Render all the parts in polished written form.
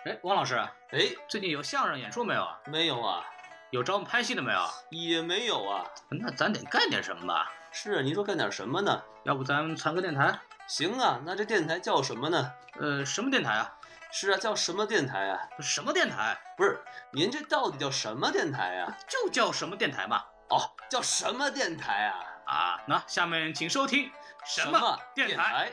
哎，汪老师， 哎， 最近有相声演出没有啊？ 没有啊， 有找我们拍戏的没有？ 也没有啊。 那咱得干点什么吧？ 是啊，你说干点什么呢？ 要不咱传个电台？ 行啊，那这电台叫什么呢？ 什么电台啊？ 是啊，叫什么电台啊？ 什么电台？ 不是，您这到底叫什么电台啊？ 就叫什么电台嘛。 哦，叫什么电台啊？ 啊，那下面请收听什么电台？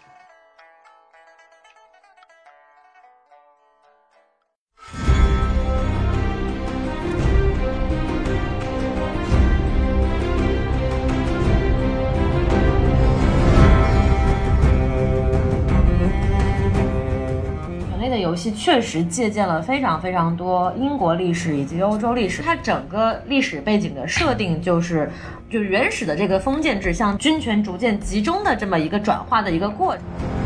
游戏确实借鉴了非常非常多英国历史以及欧洲历史，它整个历史背景的设定就是原始的这个封建制向军权逐渐集中的这么一个转化的一个过程。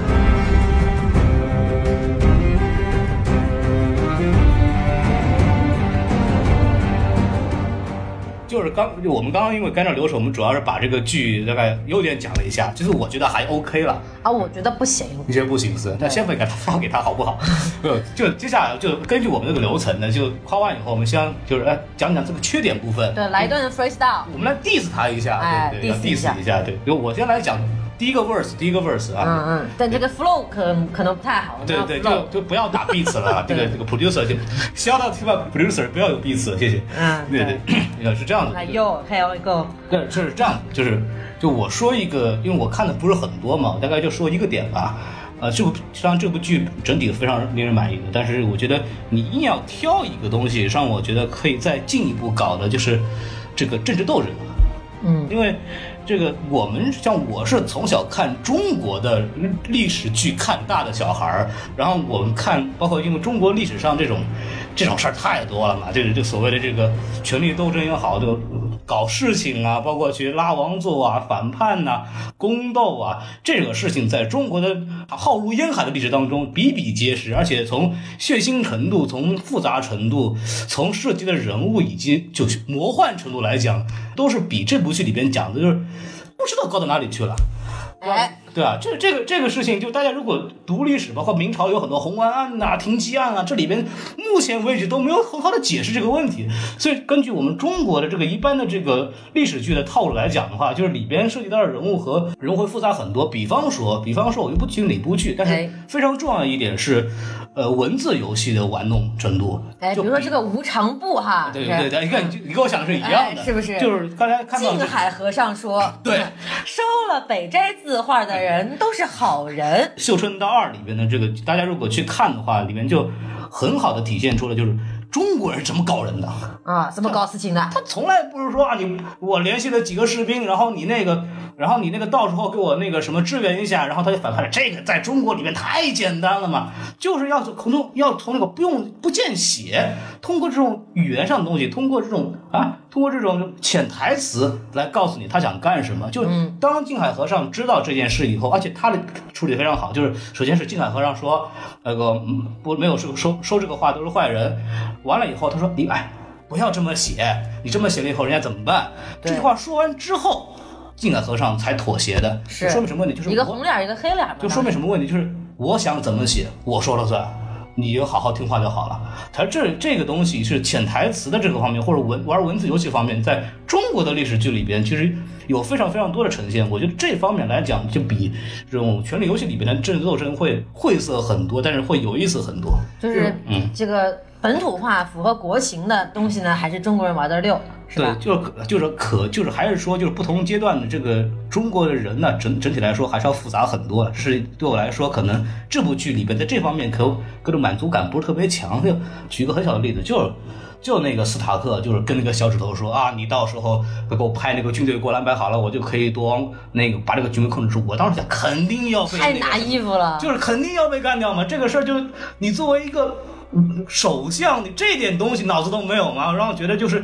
就是我们刚刚因为跟着流程，我们主要是把这个剧大概优点讲了一下，就是我觉得还 OK 了啊，我觉得不行， 你觉得不行是？那先发给他好不好？没有，就接下来就根据我们这个流程呢，就夸完以后，我们先就是讲讲这个缺点部分， 对，来一段 freestyle， 我们来 diss 他一下，对对 ，diss 一下，对，就我先来讲。第一个 verse 啊， 但这个 flow 可能不太好。 对对，就不要打 beats 了，这个 producer 就 shout out to producer 不要有 beats， 谢谢。对对，是这样子。 还有一个， 对，是这样子，就我说一个，因为我看的不是很多嘛，大概就说一个点吧。实际上这部剧整体非常令人满意的，但是我觉得你硬要挑一个东西，让我觉得可以再进一步搞的，就是这个政治斗争。因为这个我是从小看中国的历史剧看大的小孩，然后我们看包括因为中国历史上这种事儿太多了嘛，这所谓的这个权力斗争也好，就搞事情啊，包括去拉王座啊、反叛啊、宫斗啊，这个事情在中国的浩如烟海的历史当中比比皆是，而且从血腥程度、从复杂程度、从涉及的人物以及就魔幻程度来讲，都是比这部剧里边讲的就是不知道高到哪里去了。对啊，这个事情，就大家如果读历史，包括明朝有很多红丸案啊、停机案啊，这里边目前为止都没有很好的解释这个问题。所以根据我们中国的这个一般的这个历史剧的套路来讲的话，就是里边涉及到的人物会复杂很多。比方说我就不提哪部剧，但是非常重要的一点是，文字游戏的玩弄程度。 比如说这个无常部哈， 对，你看你跟我想的是一样的， 是不是？ 就是刚才看到静海和尚说， 对， 收了北斋字画的人都是好人。 绣春刀2里边的这个，大家如果去看的话，里面就很好的体现出了就是中国人怎么搞人的啊，怎么搞事情的？ 他从来不是说我联系了几个士兵，然后你那个到时候给我那个什么支援一下，然后他就反叛了。这个在中国里面太简单了嘛，就是要从那个不见血，通过这种语言上的东西，通过这种潜台词来告诉你他想干什么。就当静海和尚知道这件事以后，而且他的处理非常好，就是首先是静海和尚说没有说这个话都是坏人，完了以后他说你不要这么写，你这么写了以后人家怎么办？这句话说完之后，静海和尚才妥协的。 是说明什么问题？就是一个红脸一个黑脸， 就说明什么问题？就是我想怎么写我说了算，你就好好听话就好了。它这个东西是潜台词的这个方面，或者玩文字游戏方面，在中国的历史剧里边其实有非常非常多的呈现。我觉得这方面来讲，就比这种权力游戏里边的政治斗争会晦涩很多，但是会有意思很多。 就是这个本土化符合国情的东西呢，还是中国人玩的溜，是吧？ 对，就是还是说，就是不同阶段的这个中国的人呢，整体来说还是要复杂很多的。这是对我来说，可能这部剧里边在这方面各种满足感不是特别强。就举个很小的例子，就那个斯塔克，就是跟那个小指头说啊，你到时候给我派那个军队过来安排好了，我就可以把这个军队控制住。我当时想，肯定要被太拿衣服了， 就是肯定要被干掉嘛。这个事儿就是你作为一个首相，你这点东西脑子都没有吗？然后觉得就是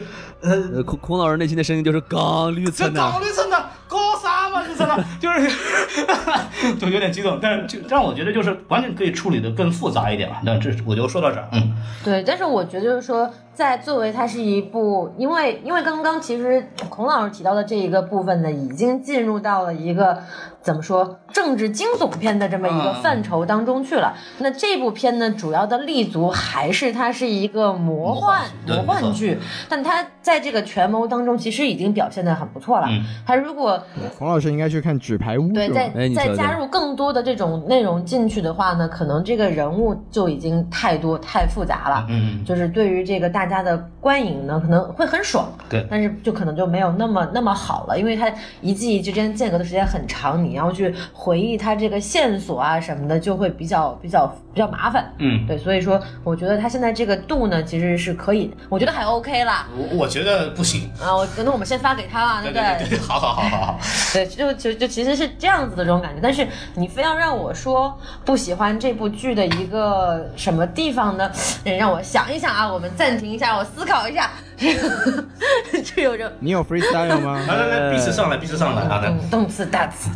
孔老师内心的声音就是刚绿村的， 刚绿村的，搞啥嘛绿村的，就是就有点激动，但是就让我觉得就是完全可以处理的更复杂一点嘛。那这我就说到这儿， 对，但是我觉得就是说，在作为它是一部，因为刚刚其实孔老师提到的这一个部分呢，已经进入到了一个怎么说政治惊悚片的这么一个范畴当中去了。那这部片呢，主要的立足还是它是一个魔幻剧，但它在这个权谋当中其实已经表现得很不错了。它如果孔老师应该去看《纸牌屋》， 对，再加入更多的这种内容进去的话呢，可能这个人物就已经太多太复杂了。就是对于这个大家的观影呢，可能会很爽， 对， 但是就可能就没有那么好了，因为它一季之间间隔的时间很长，你要去回忆它这个线索啊什么的，就会比较麻烦。对，所以说我觉得它现在这个度呢，其实是可以，我觉得还 OK 啦。 我觉得不行啊，那我们先发给他了，对不对？ 对，好。 对，就其实是这样子的这种感觉，但是你非要让我说不喜欢这部剧的一个什么地方呢？让我想一想啊，我们暂停一下，我思考一下。这有着你有 freestyle 吗？ 来，彼此上来动词大词。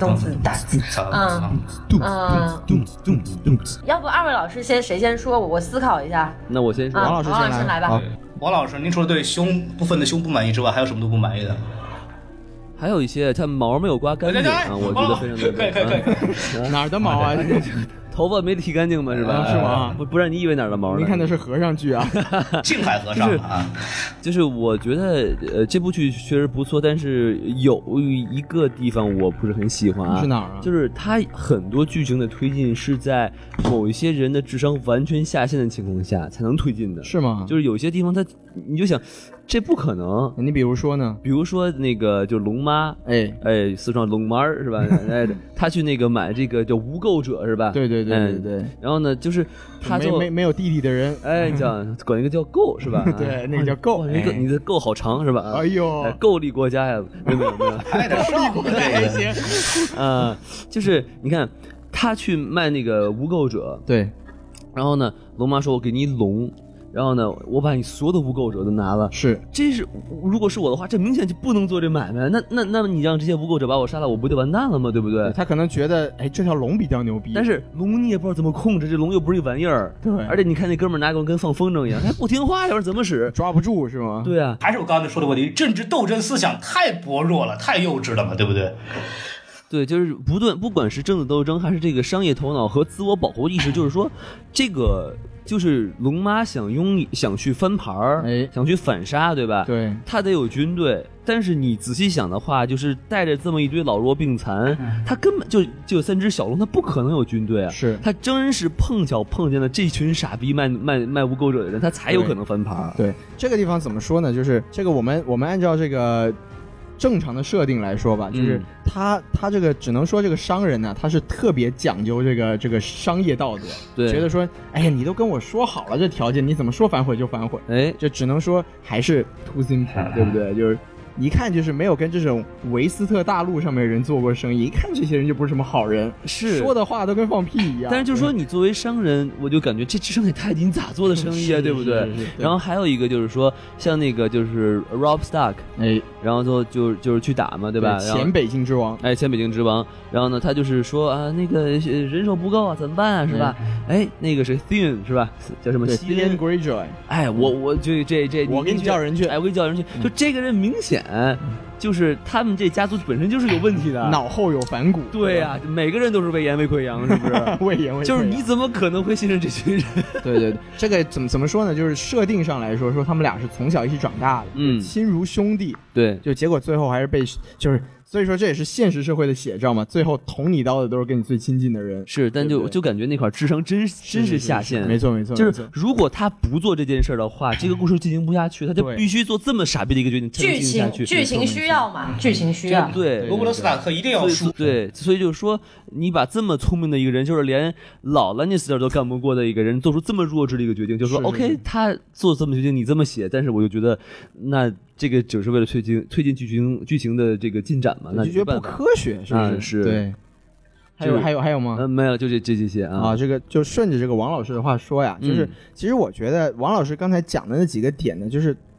要不二位老师谁先说？我思考一下。 那我先说， 王老师先来吧。 王老师，您除了对部分的胸不满意之外，还有什么都不满意的？ 还有一些它毛没有刮干净啊，我觉得非常的可以。哪儿的毛啊？ 头发没剃干净吗？是吧？ 是吗？ 不然你以为哪儿的毛呢？ 您看的是和尚剧啊， 静海和尚啊。 就是我觉得这部剧确实不错，但是有一个地方我不是很喜欢啊。 是哪儿啊？ 就是它很多剧情的推进是在某一些人的智商完全下线的情况下才能推进的。 是吗？ 就是有些地方你就想这不可能。 你比如说呢？ 比如说那个就龙妈，四川龙妈是吧？他去那个买这个叫无垢者是吧？ 对。 然后呢，就是他没有弟弟的人， 管一个叫垢是吧？ 对，那个叫垢。 你的垢好长是吧？ 哎呦， 垢立国家呀！没有， 垢立国家还行。 就是你看他去卖那个无垢者，对，然后呢，龙妈说我给你龙。然后呢，我把你所有的无垢者都拿了。这是如果是我的话，这明显就不能做这买卖。那你让这些无垢者把我杀了，我不就完蛋了吗？对不对？ 他可能觉得，这条龙比较牛逼。 但是龙你也不知道怎么控制，这龙又不是一玩意儿。 对。 而且你看那哥们儿拿个跟放风筝一样，他不听话，要是怎么使？ 抓不住是吗？ 对啊。 还是我刚才说的问题，政治斗争思想太薄弱了，太幼稚了嘛，对不对？ 对，就是不管是政治斗争还是这个商业头脑和自我保护意识，就是说这个。就是龙妈想去翻盘想去反杀，对吧？ 对， 他得有军队，但是你仔细想的话，就是带着这么一堆老弱病残，他根本就三只小龙，他不可能有军队啊。 是， 他真是碰巧碰见了这群傻逼卖无垢者的人，他才有可能翻盘。 对，这个地方怎么说呢？就是这个我们按照这个。正常的设定来说吧，就是他这个只能说这个商人呢，他是特别讲究这个商业道德， 对， 觉得说，你都跟我说好了这条件，你怎么说反悔就反悔，就只能说还是 too simple，对不对？就是一看就是没有跟这种维斯特大陆上面的人做过生意，一看这些人就不是什么好人， 是说的话都跟放屁一样。 但是就是说你作为商人，我就感觉这智商也太低，你咋做的生意啊，对不对？然后还有一个就是说，像那个就是 Robb Stark，然后就是去打嘛，对吧？ 前北京之王， 前北京之王。然后呢，他就是说啊，那个人手不够啊，怎么办啊，是吧？那个是 Theon 是吧？叫什么 ？Theon Greyjoy。 我这我给你叫人去， 我给你叫人去。就这个人明显。就是他们这家族本身就是有问题的， 脑后有反骨。 对呀，每个人都是胃炎胃溃疡，是不是？ 胃炎胃溃疡。 就是你怎么可能会信任这群人？ 对，这个怎么说呢？就是设定上来说他们俩是从小一起长大的，亲如兄弟。 对， 就结果最后还是被所以说这也是现实社会的写照嘛。最后捅你刀的都是跟你最亲近的人。 是，但就感觉那块智商真是下线。 没错。 就是如果他不做这件事的话，这个故事进行不下去，他就必须做这么傻逼的一个决定才能进行下去。 剧情需要嘛？剧情需要。 对， 罗伯特·斯塔克一定要输。 对，所以就是说，你把这么聪明的一个人，就是连老兰尼斯特都干不过的一个人，做出这么弱智的一个决定，就是说 OK， 他做这么决定，你这么写，但是我就觉得那。这个只是为了推进剧情的这个进展嘛？那就觉得不科学，是不是？ 是。 对。还有吗？ 没有，就这些啊。 这个就顺着这个王老师的话说呀，就是其实我觉得王老师刚才讲的那几个点呢，就是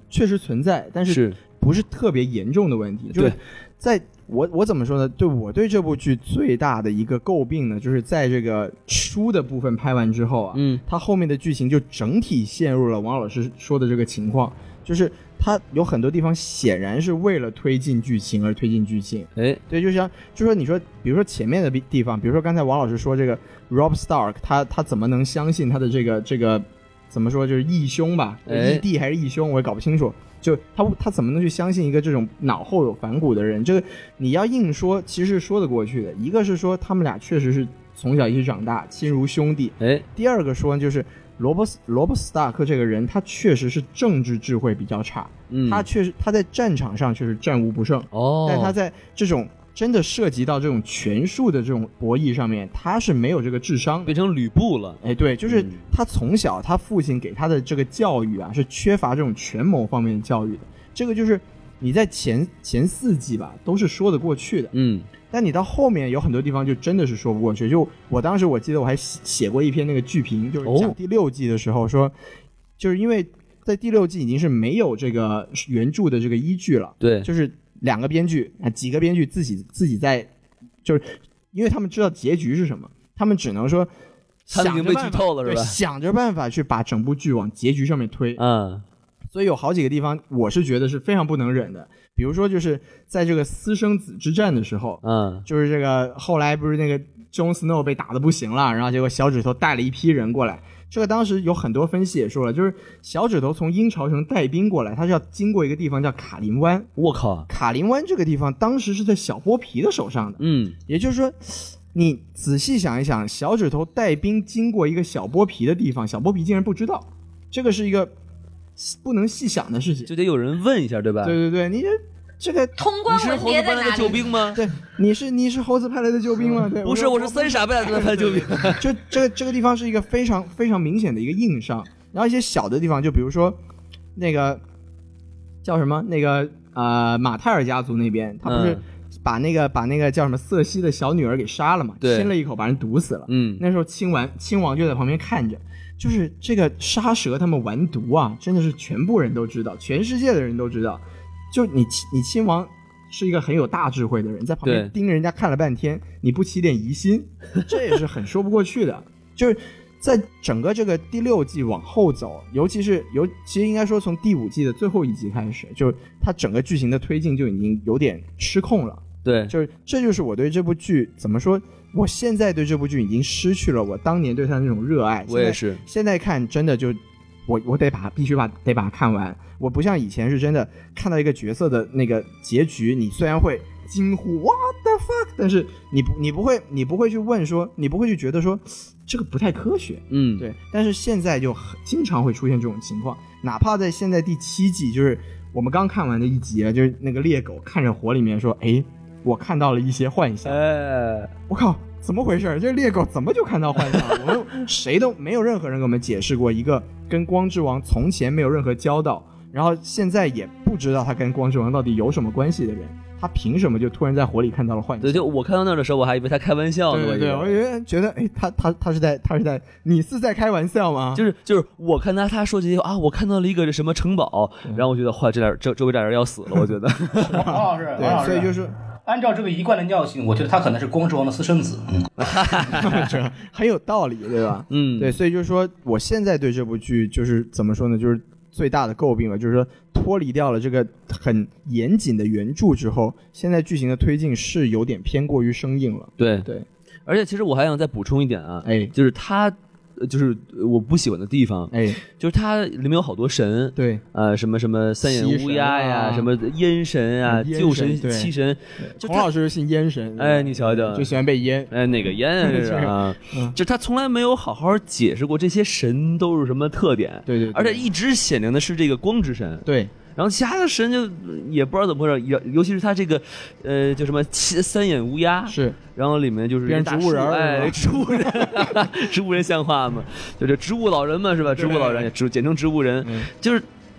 确实存在，但是不是特别严重的问题。就是在我怎么说呢？我对这部剧最大的一个诟病呢，就是在这个书的部分拍完之后啊，它后面的剧情就整体陷入了王老师说的这个情况，就是它有很多地方显然是为了推进剧情而推进剧情。对，就说你说，比如说前面的地方，比如说刚才王老师说这个 Robb Stark， 他怎么能相信他的这个怎么说，就是义兄吧，义弟还是义兄，我也搞不清楚。就他怎么能去相信一个这种脑后有反骨的人？这个你要硬说，其实是说得过去的。一个是说他们俩确实是从小一起长大，亲如兄弟。第二个说就是罗伯斯塔克这个人，他确实是政治智慧比较差。他在战场上确实战无不胜。但他在这种真的涉及到这种权术的这种博弈上面，他是没有这个智商，变成吕布了。 对，就是他从小他父亲给他的这个教育啊，是缺乏这种权谋方面的教育的。这个就是你在前4季吧都是说得过去的，但你到后面有很多地方就真的是说不过去。就我当时我记得我还写过一篇那个剧评，就是讲第6季的时候说，就是因为在第6季已经是没有这个原著的这个依据了，对，就是2个编剧几个编剧自己在，就是因为他们知道结局是什么，他们只能说他们已经被剧透了是吧？ 想着办法去把整部剧往结局上面推。所以有好几个地方我是觉得是非常不能忍的。比如说就是在这个私生子之战的时候，就是这个后来不是那个 Jon Snow 被打得不行了，然后结果小指头带了一批人过来。这个当时有很多分析也说了，就是小指头从鹰巢城带兵过来，他是要经过一个地方叫卡林湾。 我靠， 卡林湾这个地方当时是在小剥皮的手上的。也就是说你仔细想一想，小指头带兵经过一个小剥皮的地方，小剥皮竟然不知道，这个是一个不能细想的事情， 就得有人问一下，对吧？ 对，你这个通关文牒在哪里？ 你是猴子派来的救兵吗？ 对，你是猴子派来的救兵吗？对， 不是，我是三傻派来的救兵。 就这个地方是一个非常非常明显的一个硬伤。然后一些小的地方，就比如说那个叫什么那个马泰尔家族那边，他不是把那个叫什么瑟西的小女儿给杀了嘛？亲了一口把人毒死了。那时候亲王就在旁边看着。就是这个沙蛇他们玩毒啊，真的是全部人都知道，全世界的人都知道。就你亲王是一个很有大智慧的人，在旁边盯人家看了半天，你不起点疑心，这也是很说不过去的。就是在整个这个第6季往后走，其实应该说从第5季的最后一集开始，就是它整个剧情的推进就已经有点失控了。 对， 这就是我对这部剧怎么说，我现在对这部剧已经失去了我当年对它的那种热爱。 我也是， 现在看真的就我必须把它看完。我不像以前是真的看到一个角色的那个结局，你虽然会惊呼 What the fuck， 但是你不会去问说，你不会去觉得说这个不太科学。对。但是现在就经常会出现这种情况，哪怕在现在第7季，就是我们刚看完的一集，就是那个猎狗看着火里面说，我看到了一些幻象。我靠，怎么回事？这猎狗怎么就看到幻象了？我们谁都没有任何人给我们解释过，一个跟光之王从前没有任何交道，然后现在也不知道他跟光之王到底有什么关系的人，他凭什么就突然在火里看到了幻象？ 对，就我看到那儿的时候，我还以为他开玩笑呢。 对，我觉得他是在你是在开玩笑吗？ 就是我看他说这些啊，我看到了一个什么城堡，然后我觉得哇，周围这人要死了，我觉得。 王老师， 所以就是按照这个一贯的尿性，我觉得他可能是光之王的私生子。 这很有道理，对吧？对，所以就是说，我现在对这部剧就是怎么说呢？就是最大的诟病了，就是说脱离掉了这个很严谨的原著之后，现在剧情的推进是有点偏过于生硬了。 对，而且其实我还想再补充一点啊，就是他。就是我不喜欢的地方，就是它里面有好多神， 对， 什么三眼乌鸦呀，什么烟神啊，旧神、七神。 孔老师信烟神， 你瞧瞧， 就喜欢被烟， 哪个烟啊？这是啊，就他从来没有好好解释过这些神都是什么特点， 对， 而且一直显灵的是这个光之神， 对。 然后其他的神就也不知道怎么回事，尤其是他这个叫什么三眼乌鸦是， 然后里面就是变植物人， 植物人像话吗？就这植物老人嘛是吧？植物老人简称植物人，就是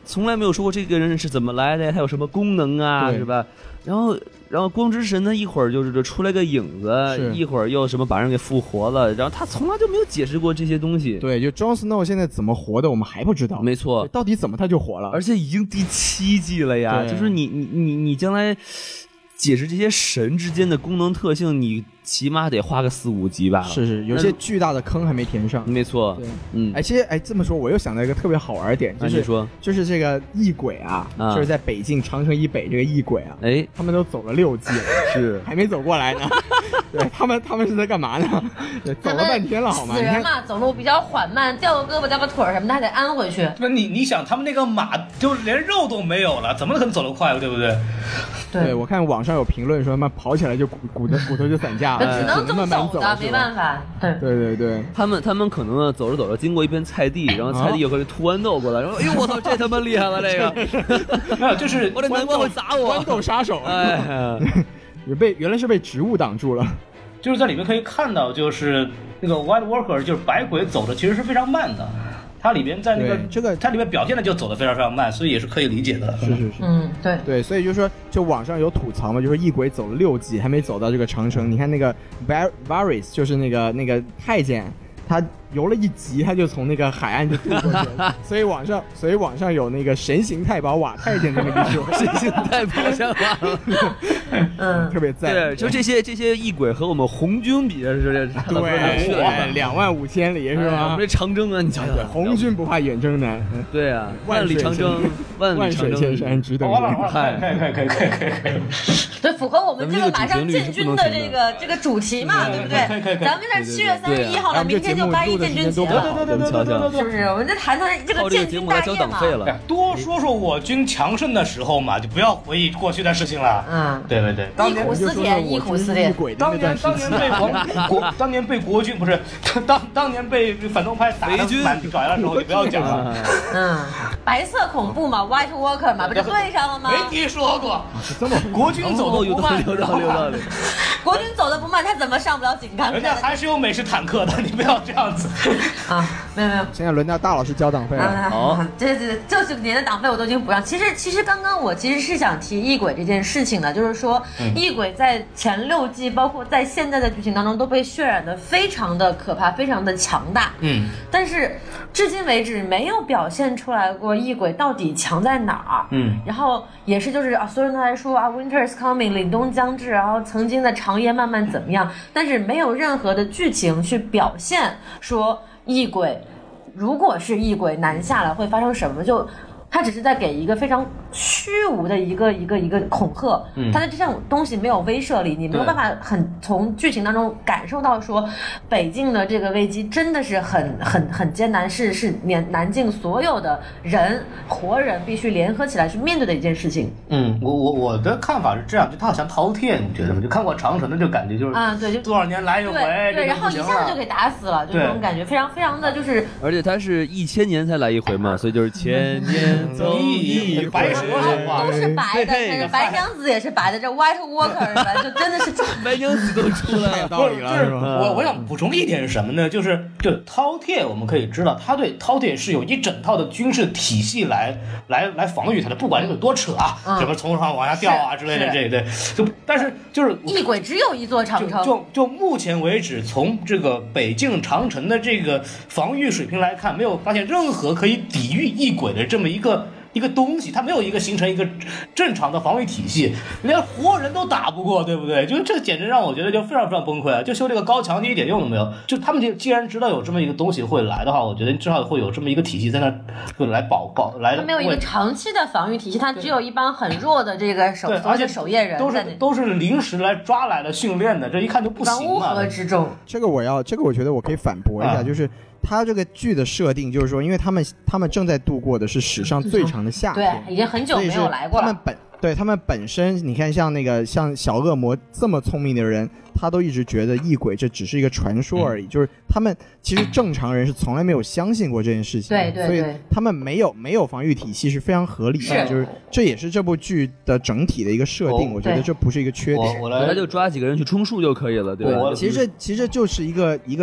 从来没有说过这个人是怎么来的，他有什么功能啊，是吧？然后光之神呢，一会儿就是出来个影子，一会儿又什么把人给复活了，然后他从来就没有解释过这些东西。 对，就 Jon Snow 现在怎么活的，我们还不知道。 没错， 到底怎么他就活了？ 而且已经第7季了呀，就是你将来解释这些神之间的功能特性，你起码得花个4、5集吧。 是，有些巨大的坑还没填上。 没错， 对，其实这么说，我又想到一个特别好玩的点，就是这个异鬼啊，就是在北境长城以北这个异鬼啊，他们都走了6季了， 是还没走过来呢。对他们是在干嘛呢？走了半天了，好吗？ 死人嘛，走路比较缓慢，掉个胳膊掉个腿什么的还得安回去。 那你想，他们那个马就连肉都没有了，怎么可能走得快，对不对？ 对，我看网上有评论说，他妈跑起来就骨头就散架了， 只能这么走的，没办法。 对， 他们可能走着走着经过一片菜地，然后菜地有个图豌豆过来，然后哎呦我操，这他妈厉害了这个， 没有，就是我这南瓜会砸我， 豌豆杀手，原来是被植物挡住了。 就是在里面可以看到，就是那个 White Walker 就是白鬼走的其实是非常慢的，它里边在那个它里面表现的就走的非常非常慢，所以也是可以理解的。 是，对，所以就是说，就网上有吐槽嘛，就是异鬼走了6季还没走到这个长城。你看那个 Varys 就是那个太监，他游了1集，他就从那个海岸就渡过去了。所以网上有那个神行太保瓦太监这么一说， 神行太保上了，特别赞。 对，就这些异鬼和我们红军比是对，25000里是吧？ 我们这长征啊，你瞧瞧， 红军不怕远征难。 对啊，万里长征，万水千山只等人。 可以。 对，符合我们这个马上建军的这个主题嘛，对不对？咱们这7月31号了，明天就8·1建军节了， 对， 是不是？我们就谈谈这个建军大业嘛。 多说说我军强盛的时候嘛，就不要回忆过去的事情了。对。 忆苦思甜，忆苦思甜。 当年被国军不是当年被反动派打的满爪牙的时候，就不要讲了。 白色恐怖嘛 ，White Walker 嘛，不就对上了吗？ 没听说过。国军走的不慢， 有道理。 国军走的不慢，他怎么上不了井冈山？ 人家还是有美式坦克的，你不要这样子。 没有。 现在轮到大老师交党费了。 好，这年的党费我都已经补上。其实刚刚我是想提异鬼这件事情的，就是说异鬼在前6季，包括在现在的剧情当中都被渲染的非常的可怕，非常的强大。但是至今为止没有表现出来过异鬼到底强在哪儿。然后也是就是所有人都在说Winter is coming， 凛冬将至，然后曾经的长夜慢慢怎么样，但是没有任何的剧情去表现说异鬼。如果是异鬼南下了会发生什么，就他只是在给一个非常虚无的一个恐吓，他的这种东西没有威慑力，你没有办法从剧情当中感受到说北境的这个危机真的是很艰难，是南境所有的活人必须联合起来去面对的一件事情。 我的看法是这样，就他好像饕餮，你觉得吗？就看过长城的就感觉就是对，就多少年来一回， 对，然后一下子就给打死了，就这种感觉非常非常的就是， 而且他是1000年才来一回嘛，所以就是千年走一白蛇都是白的，白娘子也是白的，这 White Walker 就真的是白娘子都出来了， 道理了是吧？ 我想补充一点是什么呢？就饕餮，我们可以知道，他对饕餮是有一整套的军事体系来防御他的，不管有多扯什么从上往下掉之类的，对，但是就是异鬼只有一座长城， 就目前为止，从这个北境长城的这个防御水平来看，没有发现任何可以抵御异鬼的这么一个东西，它没有形成一个正常的防御体系，连活人都打不过，对不对？就这简直让我觉得就非常非常崩溃啊！就修这个高墙，你一点用都没有。就他们既然知道有这么一个东西会来的话，我觉得至少会有这么一个体系在那来保来。 它没有一个长期的防御体系，它只有一帮很弱的这个守夜人， 都是临时来抓来的训练的，这一看就不行嘛。 乌合之众。 这个我觉得我可以反驳一下，就是。他这个剧的设定就是说，因为他们正在度过的是史上最长的夏天， 对，已经很久没有来过了。 他们本身，你看像小恶魔这么聪明的人，他都一直觉得异鬼这只是一个传说而已，就是他们其实正常人是从来没有相信过这件事情， 对， 所以他们没有防御体系是非常合理的，就是这也是这部剧的整体的一个设定，我觉得这不是一个缺点。 他就抓几个人去充数就可以了，对吧？ 其实这就是一个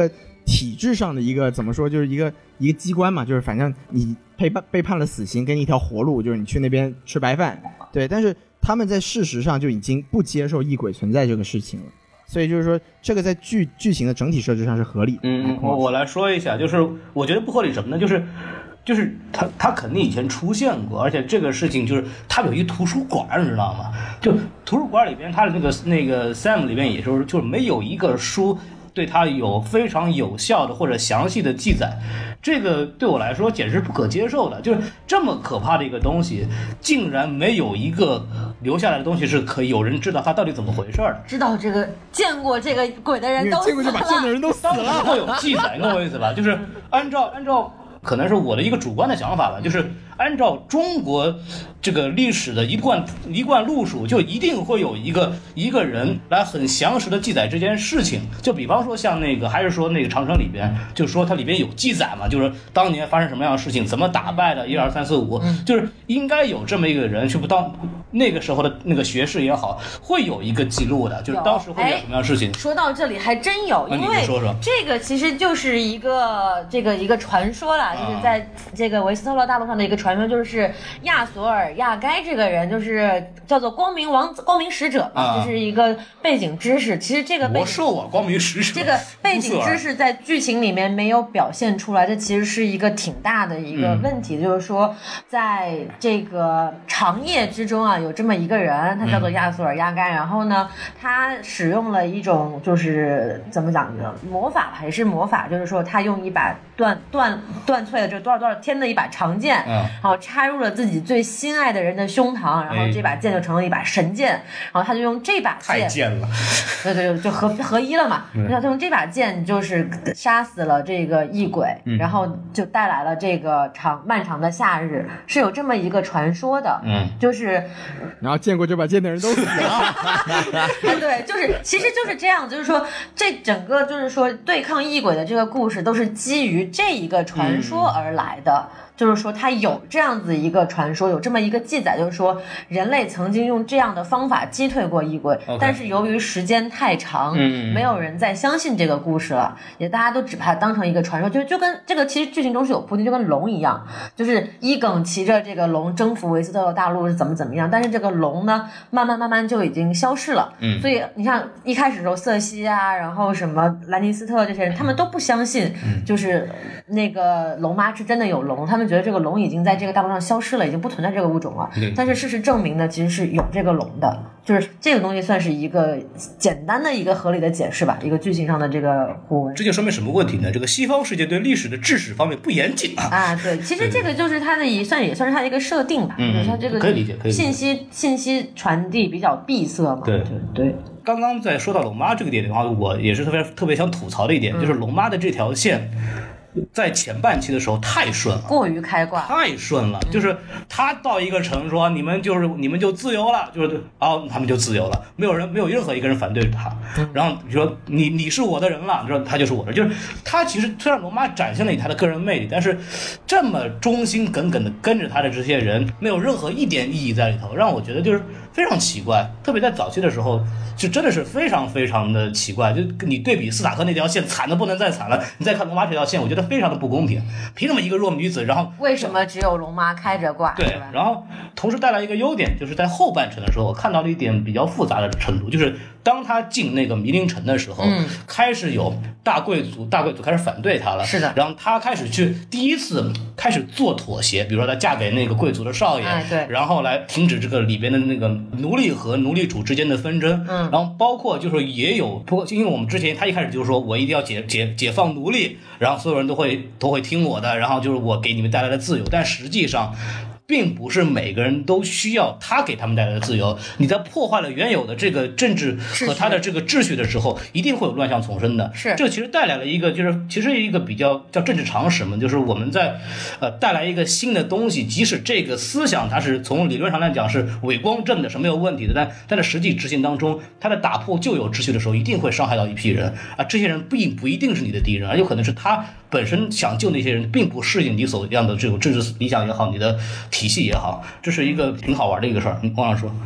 体制上的一个怎么说，就是一个机关嘛，就是反正你被判了死刑，给你一条活路，就是你去那边吃白饭。对，但是他们在事实上就已经不接受异鬼存在这个事情了。所以就是说，这个在剧情的整体设置上是合理的。 我来说一下，就是我觉得不合理什么呢？就是他肯定以前出现过，而且这个事情就是他有一图书馆，你知道吗？就图书馆里边，他的那个 Sam 里边也就是没有一个书对他有非常有效的或者详细的记载，这个对我来说简直是不可接受的。就是这么可怕的一个东西，竟然没有一个留下来的东西是可以有人知道它到底怎么回事的。 知道这个见过这个鬼的人都死了， 见过这把剑的人都死了， 会有记载，你懂我意思吧？就是按照可能是我的一个主观的想法吧，就是按照中国这个历史的一贯路数，就一定会有一个人来很详实的记载这件事情。就比方说像那个，还是说那个长城里边，就说它里边有记载嘛，就是当年发生什么样的事情，怎么打败的1、2、3、4、5，就是应该有这么一个人去不当那个时候的那个学士也好，会有一个记录的，就是当时会有什么样的事情。 说到这里还真有，因为这个其实就是一个传说啦。就是在这个维斯特洛大陆上的一个传说，就是亚索尔亚该这个人，就是叫做光明使者嘛，这是一个背景知识。其实这个魔兽啊，光明使者这个背景知识在剧情里面没有表现出来，这其实是一个挺大的一个问题。就是说，在这个长夜之中啊，有这么一个人，他叫做亚索尔亚该，然后呢，他使用了一种就是怎么讲呢，魔法还是魔法，就是说他用一把断脆的这多少天的一把长剑，然后插入了自己最心爱的人的胸膛，然后这把剑就成了一把神剑，然后他就用这把剑， 太贱了， 对，就合一了嘛。他用这把剑就是杀死了这个异鬼，然后就带来了这个漫长的夏日，是有这么一个传说的。就是然后见过这把剑的人都死了。 对，其实就是这样，就是说这整个就是说对抗异鬼的这个故事都是基于这一个传说而来的。就是说它有这样子一个传说，有这么一个记载，就是说人类曾经用这样的方法击退过异鬼，但是由于时间太长，没有人再相信这个故事了，也大家都只把它当成一个传说，就跟这个其实剧情中是有铺垫，就跟龙一样，就是伊耿骑着这个龙征服维斯特洛大陆是怎么样，但是这个龙呢慢慢就已经消失了。所以你像一开始的时候瑟西啊，然后什么兰尼斯特这些人，他们都不相信就是那个龙妈是真的有龙，他们觉得这个龙已经在这个大陆上消失了，已经不存在这个物种了。但是事实证明呢，其实是有这个龙的，就是这个东西算是一个简单的一个合理的解释吧，一个剧情上的这个互文。 这就说明什么问题呢？这个西方世界对历史的知识方面不严谨啊。 对，其实这个就是它的也算是它的一个设定吧，就是它这个可以理解， 信息传递比较闭塞嘛。对。 刚刚在说到龙妈这个点的话，我也是特别想吐槽的一点，就是龙妈的这条线。在前半期的时候太顺了， 过于开挂， 太顺了。就是他到一个城说你们就自由了，就是他们就自由了，没有任何一个人反对他。然后你说你是我的人了，你说他就是我的，就是他其实虽然龙妈展现了他的个人魅力，但是这么忠心耿耿的跟着他的这些人，没有任何一点意义在里头，让我觉得就是非常奇怪。特别在早期的时候，就真的是非常非常的奇怪。就你对比斯塔克那条线惨的不能再惨了，你再看龙妈这条线，我觉得非常的不公平。凭什么一个弱女子，然后为什么只有龙妈开着挂？ 对，然后同时带来一个优点，就是在后半程的时候，我看到了一点比较复杂的程度，就是当他进那个迷陵城的时候，开始有大贵族开始反对他了， 是的， 然后他开始第一次开始做妥协，比如说他嫁给那个贵族的少爷， 对， 然后来停止这个里边的那个奴隶和奴隶主之间的纷争，然后包括就是也有，不过因为我们之前他一开始就是说我一定要解放奴隶，然后所有人都会听我的，然后就是我给你们带来的自由，但实际上并不是每个人都需要他给他们带来的自由。你在破坏了原有的这个政治和他的这个秩序的时候，一定会有乱象丛生的。 是， 这个其实带来了一个其实一个比较叫政治常识嘛，就是我们在带来一个新的东西，即使这个思想它是从理论上来讲是伪光正的，是没有问题的，但在实际执行当中，它的打破旧有秩序的时候，一定会伤害到一批人啊。这些人不一定是你的敌人，而有可能是他本身想救那些人，并不适应你所样的这种政治理想也好，你的体系也好，这是一个挺好玩的一个事儿。你往上说。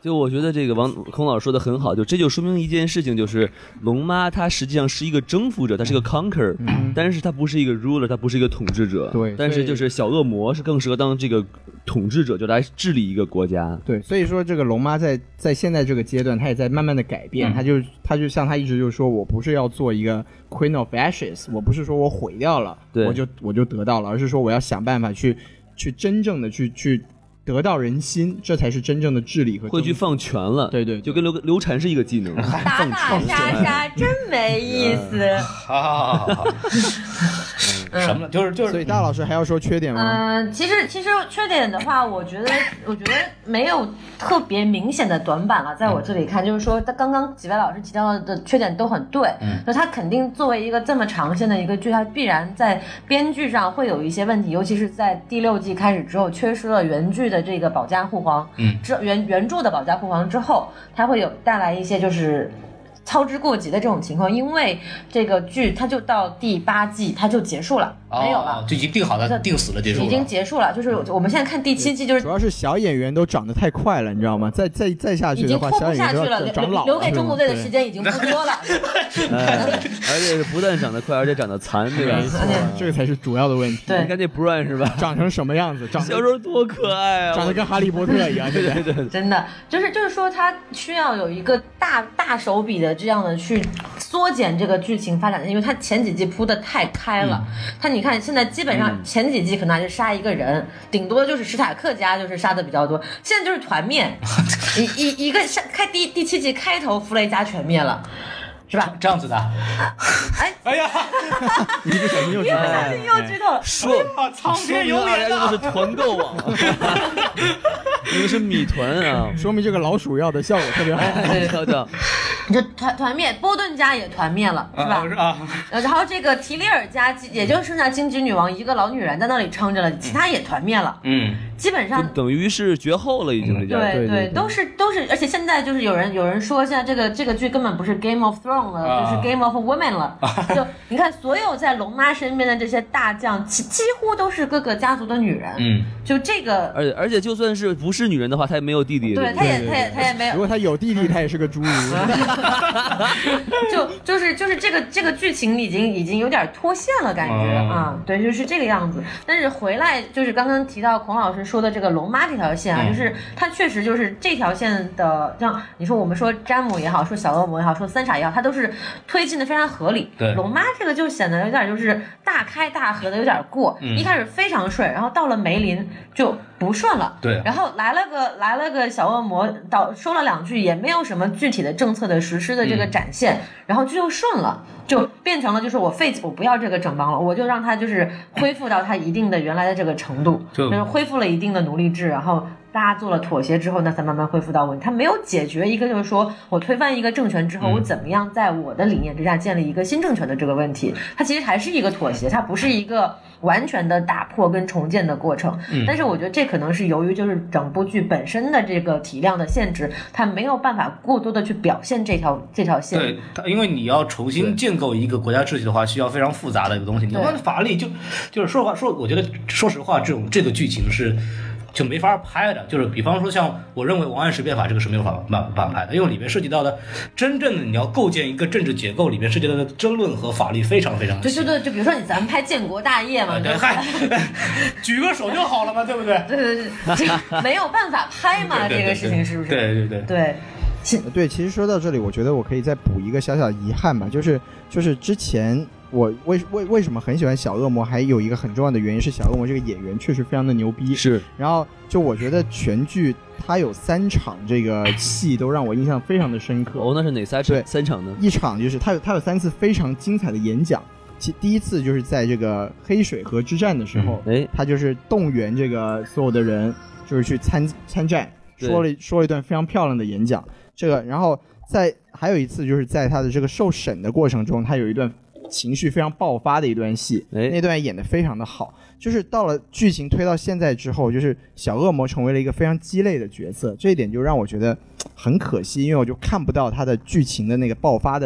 就我觉得这个孔老师说的很好，这就说明一件事情，就是龙妈她实际上是一个征服者，她是个 conquer，但是她不是一个 ruler， 她不是一个统治者。 对， 但是就是小恶魔是更适合当这个统治者，就来治理一个国家。 对，所以说这个龙妈在现在这个阶段，她也在慢慢的改变。她就像她一直就说，我不是要做一个 Queen of Ashes， 我不是说我毁掉了，我就得到了，而是说我要想办法去真正的去得到人心，这才是真正的治理和会去放权了。 对， 就跟刘禅是一个技能， 打打杀杀真没意思。 好。什么？就是， 所以大老师还要说缺点吗？ 其实缺点的话，我觉得没有特别明显的短板了。在我这里看，就是说，他刚刚几位老师提到的缺点都很对。那他肯定作为一个这么长线的一个剧，他必然在编剧上会有一些问题，尤其是在第6季开始之后，缺失了原剧的这个保驾护航，原著的保驾护航之后，它会有带来一些就是操之过急的这种情况，因为这个剧它就到第8季它就结束了，没有了， 就已经定好了，定死了，结束了， 已经结束了。就是我们现在看第7季，就是主要是小演员都长得太快了，你知道吗？再下去的话，小演员都要长老了， 留给中国队的时间已经不多了。 而且是不但长得快，而且长得残，对吧？ 这个才是主要的问题。 对， 你看这 Brian 是吧？ 长成什么样子？小时候多可爱啊！ 长得跟哈利波特一样，对， 真的就是说，他需要有一个大手笔的这样的去缩减这个剧情发展，因为他前几季铺的太开了。你看现在基本上前几季可能还是杀一个人，顶多就是史塔克家就是杀的比较多，现在就是团灭，一个第7季开头弗雷家全灭了。是吧？ 这样子的。哎呀， 一不小心又剧透了， 又剧透了。 说苍天有眼啊！这是团购网，你们是米团啊， 说明这个老鼠药的效果特别好。 就团灭，波顿家也团灭了，是吧？然后这个提里尔家也就剩下荆棘女王一个老女人在那里撑着了，其他也团灭了。基本上等于是绝后了，已经这家。 对，都是，而且现在就是有人说，现在这个剧根本不是 Game of Thrones 了，就是 Game of Women 了。就你看，所有在龙妈身边的这些大将，几乎都是各个家族的女人。就这个， 而且就算是不是女人的话，她也没有弟弟。 对，她也没有。 如果她有弟弟，她也是个侏儒。 就是这个剧情已经有点脱线了，感觉啊，对，就是这个样子。但是回来就是刚刚提到孔老师说的这个龙妈这条线啊，就是它确实就是这条线的，像你说我们说詹姆也好，说小恶魔也好，说三傻也好，它都是推进的非常合理。 对， 龙妈这个就显得有点就是大开大合的有点过，一开始非常顺，然后到了梅林就不顺了。 对， 然后来了个小恶魔，说了2句，也没有什么具体的政策的实施的这个展现，然后就顺了，就变成了就是我不要这个整帮了，我就让他就是恢复到他一定的原来的这个程度，就是恢复了一定的奴隶制，然后大家做了妥协之后，那才慢慢恢复到问题。他没有解决一个就是说我推翻一个政权之后，我怎么样在我的理念之下建立一个新政权的这个问题，它其实还是一个妥协，它不是一个完全的打破跟重建的过程。但是我觉得这可能是由于就是整部剧本身的这个体量的限制，它没有办法过多的去表现这条线。 对，因为你要重新建构一个国家秩序的话，需要非常复杂的一个东西。你光法律就是我觉得说实话，这个剧情是就没法拍的。就是比方说像我认为王安石变法这个是没有办法拍的，因为里面涉及到的真正的你要构建一个政治结构，里面涉及到的争论和法律非常非常对，就比如说咱们拍建国大业嘛， 对，举个手就好了嘛，对不对？ 对，没有办法拍嘛，这个事情是不是？ 对，其实说到这里，我觉得我可以再补一个小小的遗憾吧，就是之前我为什么很喜欢小恶魔，还有一个很重要的原因是小恶魔这个演员确实非常的牛逼。 是， 然后就我觉得全剧他有3场这个戏都让我印象非常的深刻。 那是哪3场呢？ 一场就是他有3次非常精彩的演讲。第一次就是在这个黑水河之战的时候，他就是动员这个所有的人，就是去参战，说了一段非常漂亮的演讲。然后还有一次就是在他的这个受审的过程中，他有一段情绪非常爆发的一段戏，那段演得非常的好。就是到了剧情推到现在之后，就是小恶魔成为了一个非常鸡肋的角色，这一点就让我觉得很可惜，因为我就看不到他的剧情的那个爆发的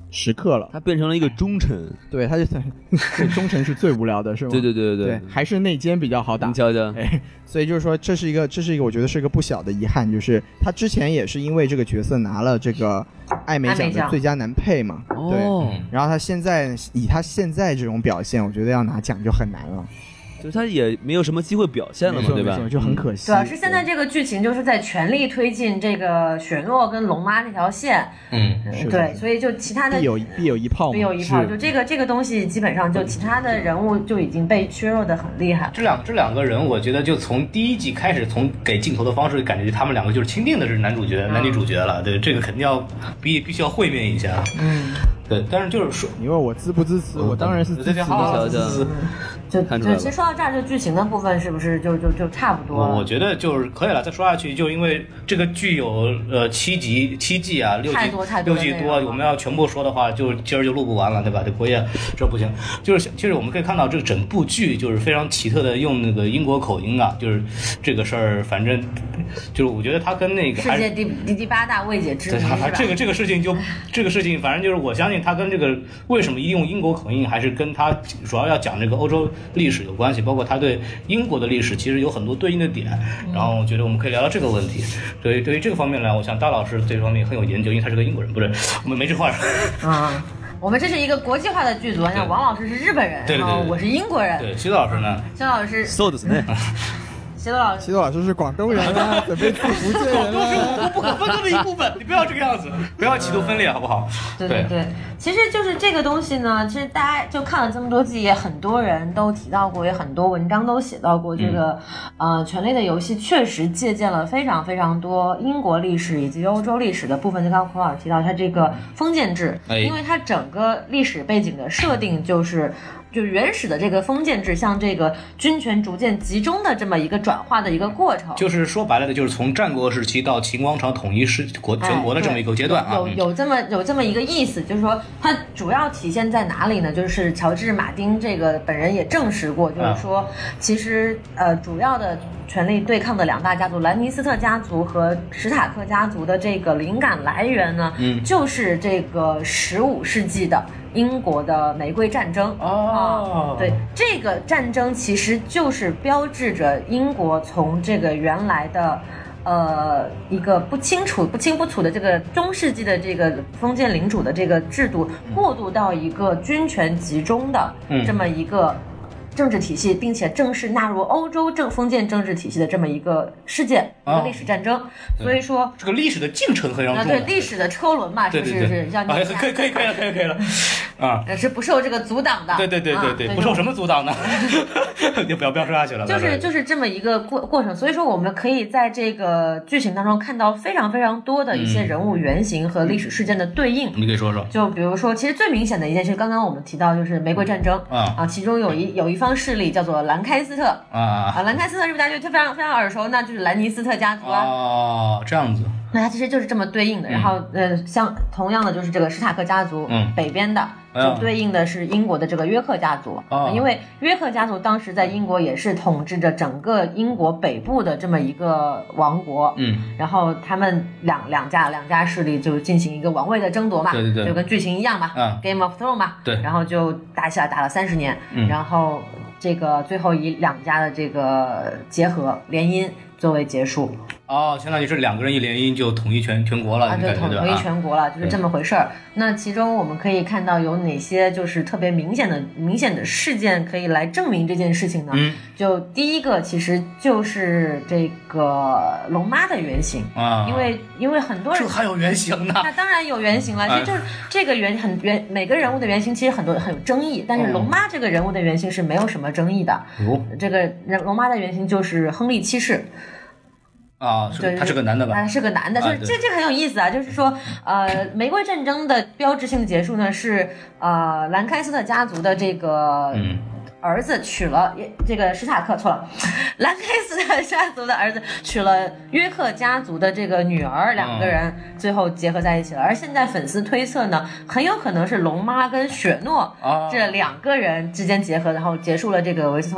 时刻了， 他变成了一个忠臣。 对，他就对忠臣是最无聊的，是吗？ 对， 还是内奸比较好打。 你瞧瞧， 所以就是说，这是一个，我觉得是一个不小的遗憾，就是他之前也是因为这个角色拿了这个艾美奖的最佳男配嘛，对，然后他现在以他现在这种表现，我觉得要拿奖就很难了。 就他也没有什么机会表现了嘛，对吧？ 就很可惜。 主要是现在这个剧情就是在全力推进这个雪诺跟龙妈这条线，对，所以就其他的必有一炮， 就这个东西基本上就其他的人物就已经被削弱的很厉害。 这两个人，我觉得就从第一集开始，从给镜头的方式，感觉他们两个就是钦定的是男女主角了。对，这个肯定要必须要会面一下。对，但是就是说， 你问我支不支持，我当然是支持的。 就其实说到这儿，就剧情的部分是不是就差不多了？ 我觉得就是可以了，再说下去，就因为这个剧有7季啊，6季多，我们要全部说的话，就今儿就录不完了，对吧？这国业这不行。就是其实我们可以看到，这整部剧就是非常奇特的用那个英国口音啊，就是这个事儿，反正就是我觉得他跟那个世界第8大未解之谜， 这个事情，反正就是我相信他跟这个为什么用英国口音，还是跟他主要要讲这个欧洲历史有关系，包括他对英国的历史其实有很多对应的点，然后我觉得我们可以聊聊这个问题。对于这个方面来，我想大老师对这方面很有研究，因为他是个英国人，不是我们没这话说啊。我们这是一个国际化的剧组，像王老师是日本人，然后我是英国人。 对，西多老师呢？ 西多老师そうですね。 西多老师是广东人啊，准备自福建人。 广东是我国不可分割的一部分，你不要这个样子，不要企图分裂，好不好？ 对，其实就是这个东西呢，其实大家就看了这么多季，也很多人都提到过，也很多文章都写到过，这个权力的游戏确实借鉴了非常非常多英国历史以及欧洲历史的部分。就刚刚孔老师提到它这个封建制，因为它整个历史背景的设定就是原始的这个封建制向这个军权逐渐集中的这么一个转化的一个过程， 就是说白了的，就是从战国时期到秦王朝统一全国的这么一个阶段啊， 有这么一个意思，就是说它主要体现在哪里呢？就是乔治·马丁这个本人也证实过，就是说其实主要的权力对抗的2大家族兰尼斯特家族和史塔克家族的这个灵感来源呢，就是这个15世纪的英国的玫瑰战争对，这个战争其实就是标志着英国从这个原来的一个不清不楚的这个中世纪的这个封建领主的这个制度，过渡到一个军权集中的这么一个政治体系，并且正式纳入欧洲封建政治体系的这么一个事件，一个历史战争。所以说这个历史的进程很重要， 对历史的车轮嘛，是不是要可以了啊， 是不受这个阻挡的。 对，不受什么阻挡的，就不要说下去了。 就是这么一个过程。所以说我们可以在这个剧情当中看到非常非常多的一些人物原型和历史事件的对应。 你可以说说， 就比如说，其实最明显的一件事，刚刚我们提到就是玫瑰战争其中有一方势力叫做兰开斯特兰开斯特是不是大家就非常非常耳熟？那就是兰尼斯特家族这样子。 那它其实就是这么对应的。然后像同样的就是这个史塔克家族北边的就对应的是英国的这个约克家族因为约克家族当时在英国也是统治着整个英国北部的这么一个王国然后他们两家势力就进行一个王位的争夺嘛， 对， 就跟剧情一样嘛Game of Thrones 嘛， 对， 然后就打起来打了30年然后这个最后以2家的这个结合联姻作为结束相当于是2个人一联姻就统一全国了对，统一全国了，就是这么回事儿。那其中我们可以看到有哪些就是特别明显的事件可以来证明这件事情呢？就第一个其实就是这个龙妈的原型因为很多人这还有原型呢， 那当然有原型了。就是这个每个人物的原型其实很有争议，但是龙妈这个人物的原型是没有什么争议的。这个龙妈的原型就是亨利7世。 他是个男的吧？ 他是个男的，就是这很有意思啊。就是说，玫瑰战争的标志性的结束呢，是兰开斯特家族的这个儿子娶了这个史塔克错了，兰开斯特家族的儿子娶了约克家族的这个女儿，2个人最后结合在一起了。而现在粉丝推测呢，很有可能是龙妈跟雪诺这2个人之间结合，然后结束了这个维斯托拉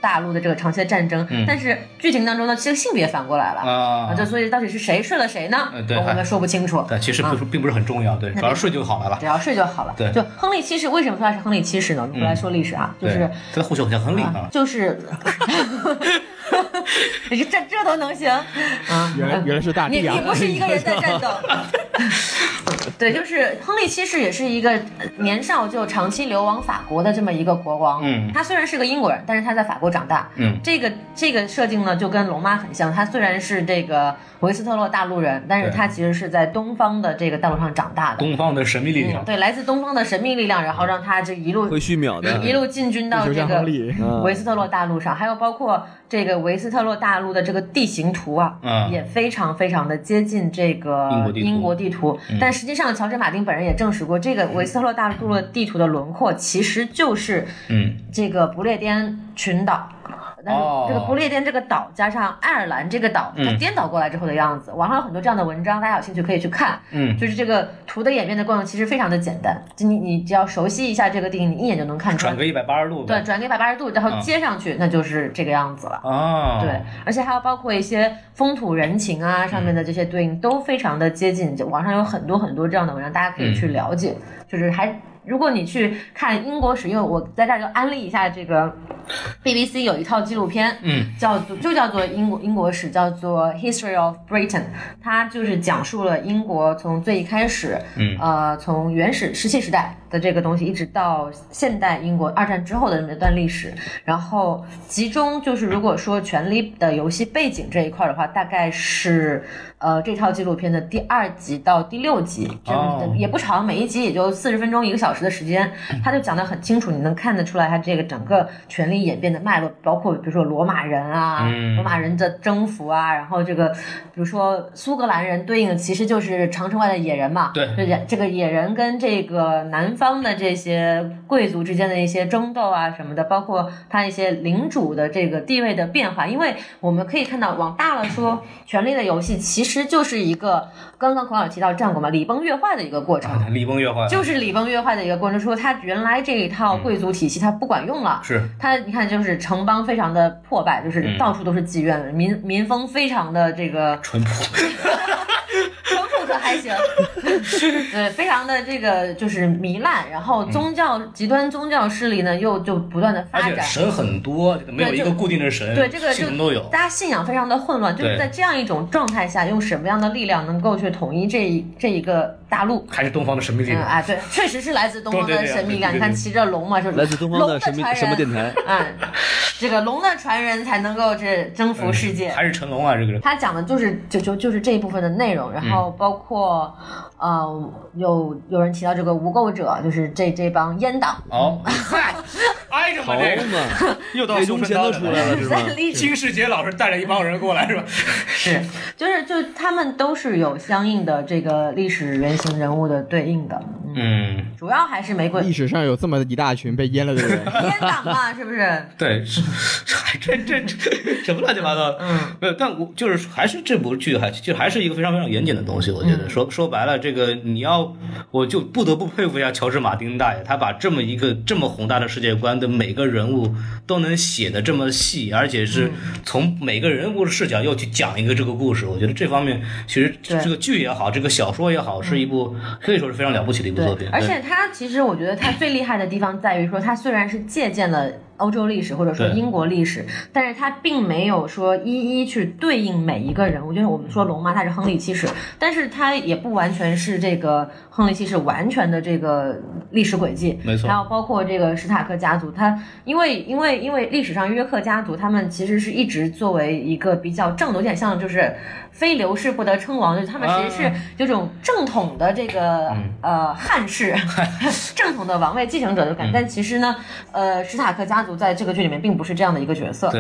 大陆的这个长期的战争，但是剧情当中呢，其实性别反过来了啊，就所以到底是谁睡了谁呢？我们说不清楚。 对，其实并不是很重要，对，只要睡就好了吧？ 只要睡就好了。 对， 就亨利七世为什么说他是亨利七世呢？我们回来说历史啊，就是他的呼吸很像亨利啊， 就是。这都能行啊？ 原来是大帝啊！ 你不是一个人在战斗。对，就是亨利七世也是一个年少就长期流亡法国的这么一个国王。他虽然是个英国人，但是他在法国长大。这个设定呢就跟龙妈很像。他虽然是这个维斯特洛大陆人，但是他其实是在东方的这个大陆上长大的。 东方的神秘力量。 对，来自东方的神秘力量，然后让他这一路会虚秒的， 一路进军到这个维斯特洛大陆上，还有包括这个维斯特洛大陆的这个地形图啊，也非常非常的接近这个英国地图。但实际上，乔治马丁本人也证实过，这个维斯特洛大陆的地图的轮廓其实就是这个不列颠群岛。但是这个不列颠这个岛加上爱尔兰这个岛，它颠倒过来之后的样子，网上有很多这样的文章，大家有兴趣可以去看。就是这个图的演变的过程其实非常的简单，你只要熟悉一下这个地形，你一眼就能看出来。 转个180度。 对，转个180度，然后接上去，那就是这个样子了。对，而且还有包括一些风土人情啊上面的这些对应都非常的接近，网上有很多很多这样的文章，大家可以去了解。就是如果你去看英国史，因为我在这儿就安利一下这个 BBC 有一套纪录片，叫做英国史，叫做 History of Britain， 它就是讲述了英国从最一开始，从原始石器时代的这个东西，一直到现代英国二战之后的那么一段历史，然后集中就是如果说权力的游戏背景这一块的话，大概是这套纪录片的第2集到第6集，也不长，每一集也就40分钟1个小时的时间，他就讲得很清楚，你能看得出来他这个整个权力演变的脉络，包括比如说罗马人啊，罗马人的征服啊，然后这个比如说苏格兰人对应的其实就是长城外的野人嘛， 对， 这个野人跟这个南方的这些贵族之间的一些争斗啊什么的，包括他一些领主的这个地位的变化，因为我们可以看到往大了说，权力的游戏其实就是一个刚刚孔老师提到战国嘛，礼崩乐坏的一个过程， 礼崩乐坏就是礼崩乐坏的一个过程，说他原来这一套贵族体系它不管用了， 是他你看就是城邦非常的破败，就是到处都是妓院，民风非常的这个淳朴可还行，对，非常的这个就是糜烂，然后极端宗教势力呢又就不断的发展， 而且神很多，没有一个固定的神， 对，这个系统都有， 大家信仰非常的混乱，就是在这样一种状态下，用什么样的力量能够去统一这一个大陆？ 还是东方的神秘力量对，确实是来自东方的神秘力量。你看骑着龙嘛，是来自东方的什么电台？ 这个龙的传人才能够征服世界， 还是成龙啊？这个他讲的就是这一部分的内容，然后包括有人提到这个无垢者，就是这帮阉党。 嗨，挨着嘛这个，又到中前都出来了是吧？ 金世杰老师带着一帮人过来是吧？ 是，就他们都是有相应的这个历史原型人物的对应的。主要还是玫瑰。 历史上有这么一大群被阉了的人， 阉党嘛，是不是？ 对，还这什么乱七八糟？但我就是还是这部剧还是一个非常非常严谨的东西。我觉得说白了，这个我就不得不佩服一下乔治马丁大爷，他把这么一个这么宏大的世界观的每个人物都能写得这么细，而且是从每个人物的视角又去讲一个这个故事。我觉得这方面其实这个剧也好，这个小说也好，是一部可以说是非常了不起的一部作品。 而且他其实我觉得他最厉害的地方在于说，他虽然是借鉴了欧洲历史或者说英国历史，但是他并没有说一一去对应每一个人物。就是我们说龙妈他是亨利七世，但是他也不完全是这个亨利七世完全的这个历史轨迹， 没错。 然后包括这个史塔克家族，他因为历史上约克家族他们其实是一直作为一个比较正的，有点像就是非刘氏不得称王，就是他们其实是这种正统的这个汉室正统的王位继承者的感觉。但其实呢，史塔克家族在这个剧里面并不是这样的一个角色。 对，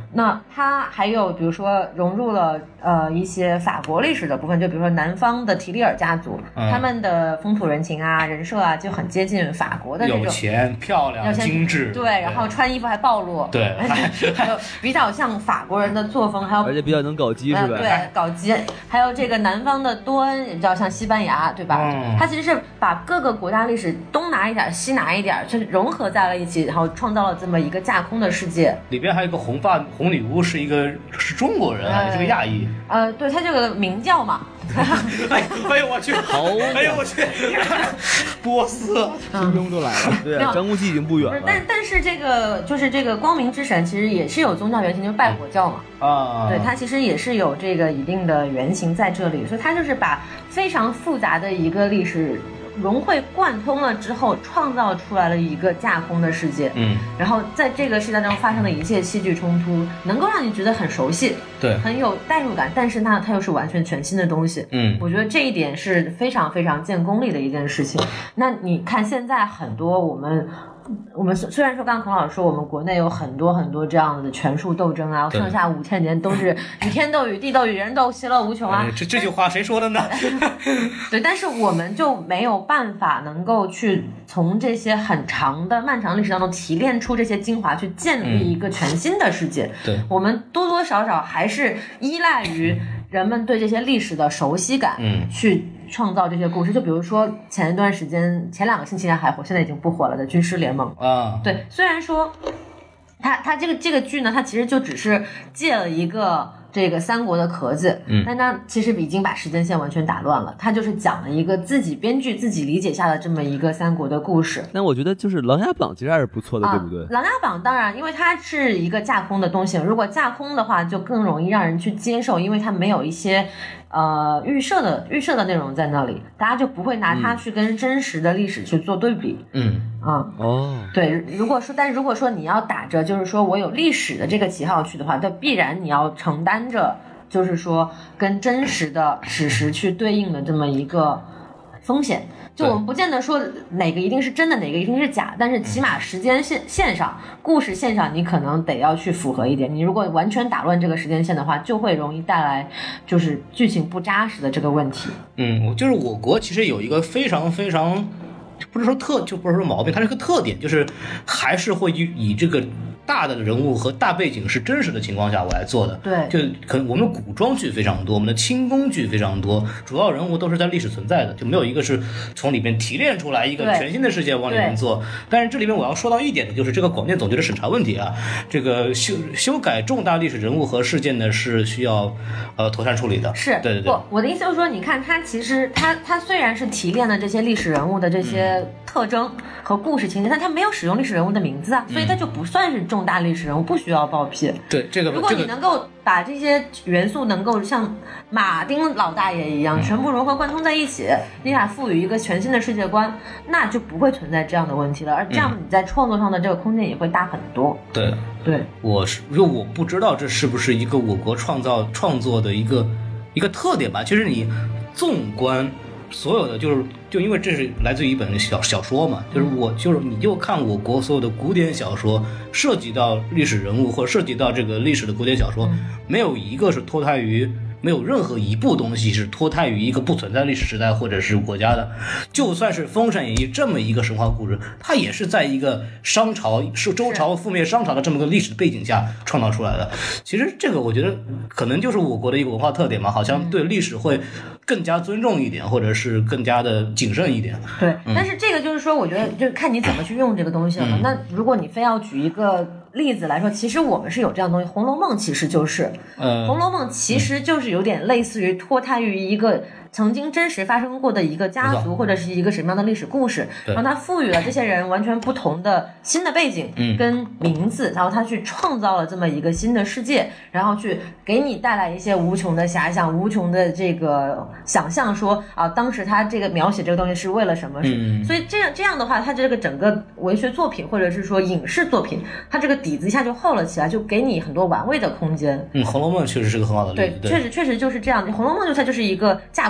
那它还有比如说融入了一些法国历史的部分，就比如说南方的提利尔家族，他们的风土人情啊、人设啊就很接近法国的这种， 有钱、漂亮、精致， 对，然后穿衣服还暴露， 对， 还有比较像法国人的作风，还有而且比较能搞基是吧？ 对，搞基，还有这个南方的多恩也比较像西班牙，对吧？它其实是把各个国家历史东拿一点西拿一点，就是融合在了一起，然后创造了这么一个架空的世界。里边还有一个红女巫是中国人还是个亚裔？ 对，他这个明教嘛。 哎呦我去！哎呦我去！波斯， 金庸都来了。 对啊，张无忌已经不远了。 但是这个就是这个光明之神，其实也是有宗教原型，就是拜火教嘛。 啊， 对，它其实也是有这个一定的原型在这里，所以它就是把非常复杂的一个历史融会贯通了之后，创造出来了一个架空的世界。然后在这个世界中发生的一切戏剧冲突，能够让你觉得很熟悉， 对， 很有代入感，但是它又是完全全新的东西。我觉得这一点是非常非常见功力的一件事情。那你看现在很多我们虽然说刚刚孔老师说我们国内有很多很多这样的权术斗争啊，上下5000年都是与天斗与地斗与人斗，其乐无穷啊。 这句话谁说的呢？ 对，但是我们就没有办法能够去从这些很长的漫长历史当中提炼出这些精华，去建立一个全新的世界。 对， 我们多多少少还是依赖于人们对这些历史的熟悉感，去创造这些故事。就比如说前2个星期还火，现在已经不火了的军师联盟啊。对，虽然说它这个剧呢，它其实就只是借了一个这个三国的壳子，但它其实已经把时间线完全打乱了。它就是讲了一个自己编剧自己理解下的这么一个三国的故事。 但我觉得就是《琅琊榜》其实还是不错的，对不对？ 琅琊榜当然，因为它是一个架空的东西，如果架空的话，就更容易让人去接受，因为它没有一些预设的内容在那里，大家就不会拿它去跟真实的历史去做对比。对，如果说你要打着就是说我有历史的这个旗号去的话，那必然你要承担着就是说跟真实的史实去对应的这么一个风险。就我们不见得说哪个一定是真的，哪个一定是假，但是起码时间线上、故事线上，你可能得要去符合一点。你如果完全打乱这个时间线的话，就会容易带来就是剧情不扎实的这个问题。 就是我国其实有一个非常非常不是说毛病，它是个特点，就是还是会以这个大的人物和大背景是真实的情况下我来做的。 对， 就可能我们的古装剧非常多，我们的清宫剧非常多，主要人物都是在历史存在的，就没有一个是从里面提炼出来一个全新的世界往里面做。但是这里面我要说到一点的就是这个广电总局的审查问题啊，这个修改重大历史人物和事件呢是需要妥善处理的。 是， 对。 我的意思就是说，你看它其实它虽然是提炼了这些历史人物的这些特征和故事情节，但它没有使用历史人物的名字啊，所以它就不算是重大历史人物，不需要报批。 对，这个如果你能够把这些元素能够像马丁老大爷一样全部融合贯通在一起，你俩赋予一个全新的世界观，那就不会存在这样的问题了，而这样你在创作上的这个空间也会大很多。 对，我不知道这是不是一个我国创作的一个特点吧。其实你纵观所有的就因为这是来自于一本小说嘛，你就看我国所有的古典小说，涉及到历史人物或者涉及到这个历史的古典小说，没有一个是脱胎于，没有任何一部东西是脱胎于一个不存在历史时代或者是国家的。就算是《封神演义》这么一个神话故事，它也是在一个商朝是周朝覆灭商朝的这么个历史背景下创造出来的。其实这个我觉得可能就是我国的一个文化特点嘛，好像对历史会更加尊重一点，或者是更加的谨慎一点。 对，但是这个就是说，我觉得就看你怎么去用这个东西了。那如果你非要举一个例子来说，其实我们是有这样的东西，《红楼梦》其实就是《红楼梦》其实就是有点类似于脱胎于一个曾经真实发生过的一个家族或者是一个什么样的历史故事，然后他赋予了这些人完全不同的新的背景跟名字，然后他去创造了这么一个新的世界，然后去给你带来一些无穷的遐想，无穷的这个想象，说啊，当时他这个描写这个东西是为了什么？所以这样的话，他这个整个文学作品或者是说影视作品，他这个底子一下就厚了起来，就给你很多玩味的空间。 《红楼梦》确实是个很好的例子。 对，确实就是这样。《红楼梦》它就是一个架空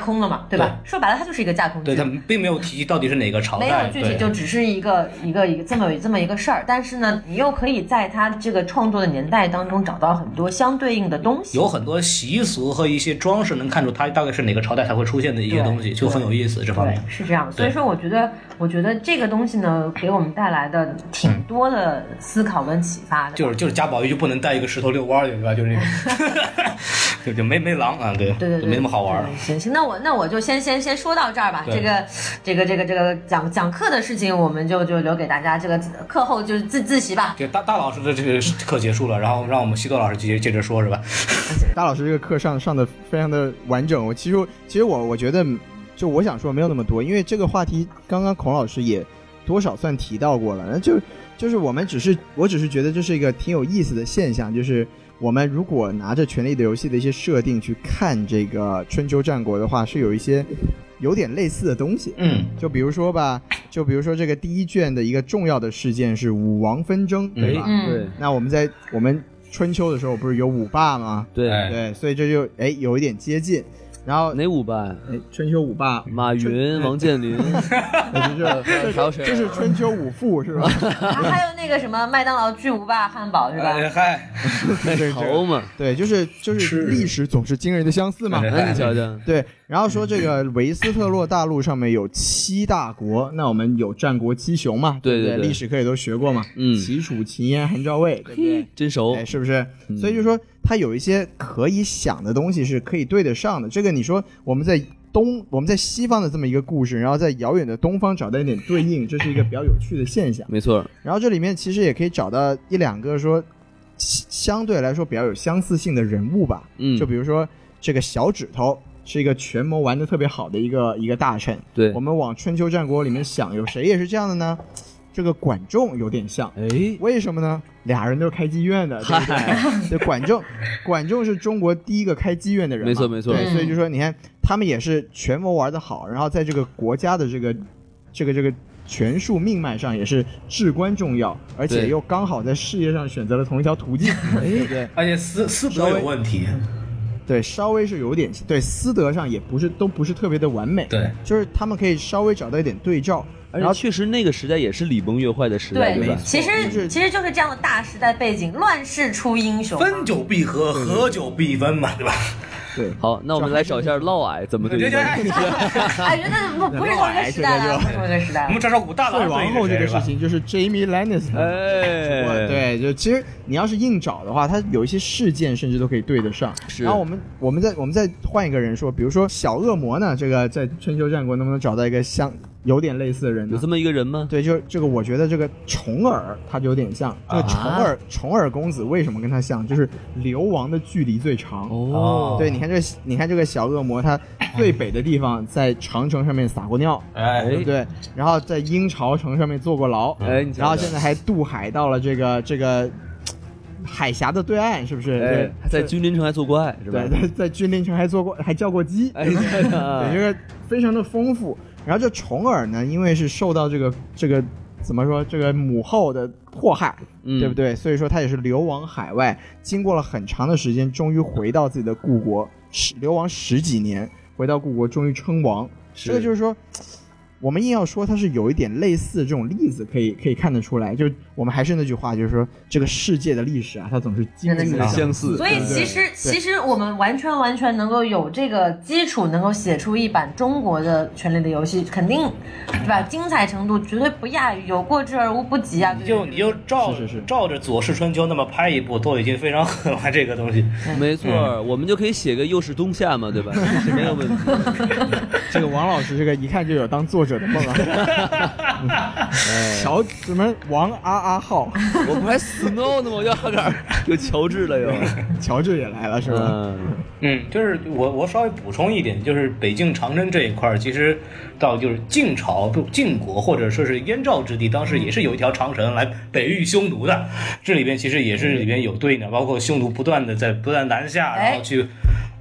空了嘛，对吧？说白了，它就是一个架空剧。 对，他们并没有提及到底是哪个朝代， 没有具体，就只是一个这么一个事儿。但是呢，你又可以在它这个创作的年代当中找到很多相对应的东西， 有很多习俗和一些装饰能看出它大概是哪个朝代才会出现的一个东西，就很有意思这方面。 是这样，所以说我觉得这个东西呢，给我们带来的挺多的思考跟启发的。 就是贾宝玉就不能带一个石头遛弯，对吧？就是那个，就没狼啊，对，没那么好玩。 行，那我就先说到这儿吧。这个讲课的事情，我们就留给大家，这个课后就是自习吧。 这大老师的这个课结束了，然后让我们西多老师接着说，是吧？ 大老师这个课上的非常的完整。其实我觉得，就我想说没有那么多，因为这个话题刚刚孔老师也多少算提到过了。那就是我只是觉得这是一个挺有意思的现象，就是我们如果拿着《权力的游戏》的一些设定去看这个春秋战国的话，是有一些有点类似的东西。就比如说这个第一卷的一个重要的事件是武王纷争，对吧？ 对。 那我们春秋的时候不是有五霸吗？对，所以这就有一点接近。然后哪五霸？ 春秋五霸， 马云、王健林， 这是春秋五父是吧？ 还有那个什么麦当劳巨无霸汉堡是吧？ 嗨， 好嘛， 对，就是历史总是惊人的相似嘛。 你瞧瞧， 对。然后说这个维斯特洛大陆上面有7大国，那我们有战国7雄嘛，对不对？历史课也都学过嘛，齐楚秦燕韩赵魏，对不对？ 真熟， 是不是？所以就说它有一些可以想的东西是可以对得上的。这个你说我们在西方的这么一个故事，然后在遥远的东方找到一点对应，这是一个比较有趣的现象。 没错。 然后这里面其实也可以找到一两个说相对来说比较有相似性的人物吧。就比如说这个小指头是一个权谋玩得特别好的一个大臣。对，我们往春秋战国里面想，有谁也是这样的呢？这个管仲有点像，为什么呢？俩人都是开妓院的，对不对？对，管仲是中国第一个开妓院的人嘛， 没错。 对，所以就说你看他们也是权谋玩得好，然后在这个国家的这个权术命脉上也是至关重要，而且又刚好在事业上选择了同一条途径，对， 而且私德有问题。 对，稍微是有点，对，私德上也都不是特别的完美， 对， 就是他们可以稍微找到一点对照。 然后确实那个时代也是礼崩乐坏的时代，对吧？ 其实就是这样的大时代背景，乱世出英雄， 分久必合，合久必分嘛，对吧？ 对， 好，那我们来找一下嫪毐怎么对待。 哎，觉得不是同一个时代了，不是同一个时代了。 我们找武大郎王后这个事情就是 Jamie Lannister。对，就其实你要是硬找的话，他有一些事件甚至都可以对得上。然后我们再换一个人说，比如说小恶魔呢，这个在春秋战国能不能找到一个有点类似的人呢？ 有这么一个人吗？ 对，就这个我觉得这个重耳他就有点像。这个重耳公子为什么跟他像？就是流亡的距离最长。对，你看这个小恶魔，他最北的地方在长城上面撒过尿，对不对？然后在鹰巢城上面坐过牢，然后现在还渡海到了这个海峡的对岸，是不是？ 对，在君临城还做过爱，是吧？ 对，在君临城还叫过鸡，对，这个非常的丰富。然后这重耳呢，因为是受到这个怎么说，这个母后的迫害，对不对？所以说他也是流亡海外，经过了很长的时间，终于回到自己的故国，流亡10几年，回到故国，终于称王。这个就是说，我们硬要说它是有一点类似这种例子，可以看得出来。就我们还是那句话，就是说这个世界的历史啊，它总是惊人的相似。 所以其实我们完全能够有这个基础，能够写出一版中国的《权力的游戏》，肯定对吧？精彩程度绝对不亚于，有过之而无不及啊！ 你就照着《左氏春秋》那么拍一部，都已经非常狠了。这个东西， 没错，我们就可以写个又是冬夏嘛，对吧？是没有问题。 这个王老师这个一看就有当作者的梦啊！乔什么王阿浩， 我不还 Snow 呢吗？我叫阿杆有乔治了又， 乔治也来了是吧？ 就是我稍微补充一点，就是北境长征这一块，其实到就是晋朝、晋国或者说是燕赵之地，当时也是有一条长城来北御匈奴的。这里边其实也是里边有对应的，包括匈奴不断南下，然后去。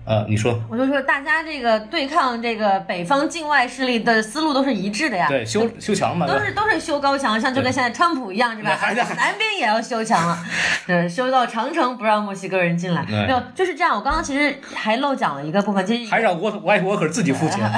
你说， 我就说大家这个对抗这个北方境外势力的思路都是一致的呀。 对，修墙嘛， 都是修高墙，像就跟现在川普一样，是吧？南边也要修墙了，修到长城不让墨西哥人进来。没有，就是这样。我刚刚其实还漏讲了一个部分，其实还让我可是自己付钱。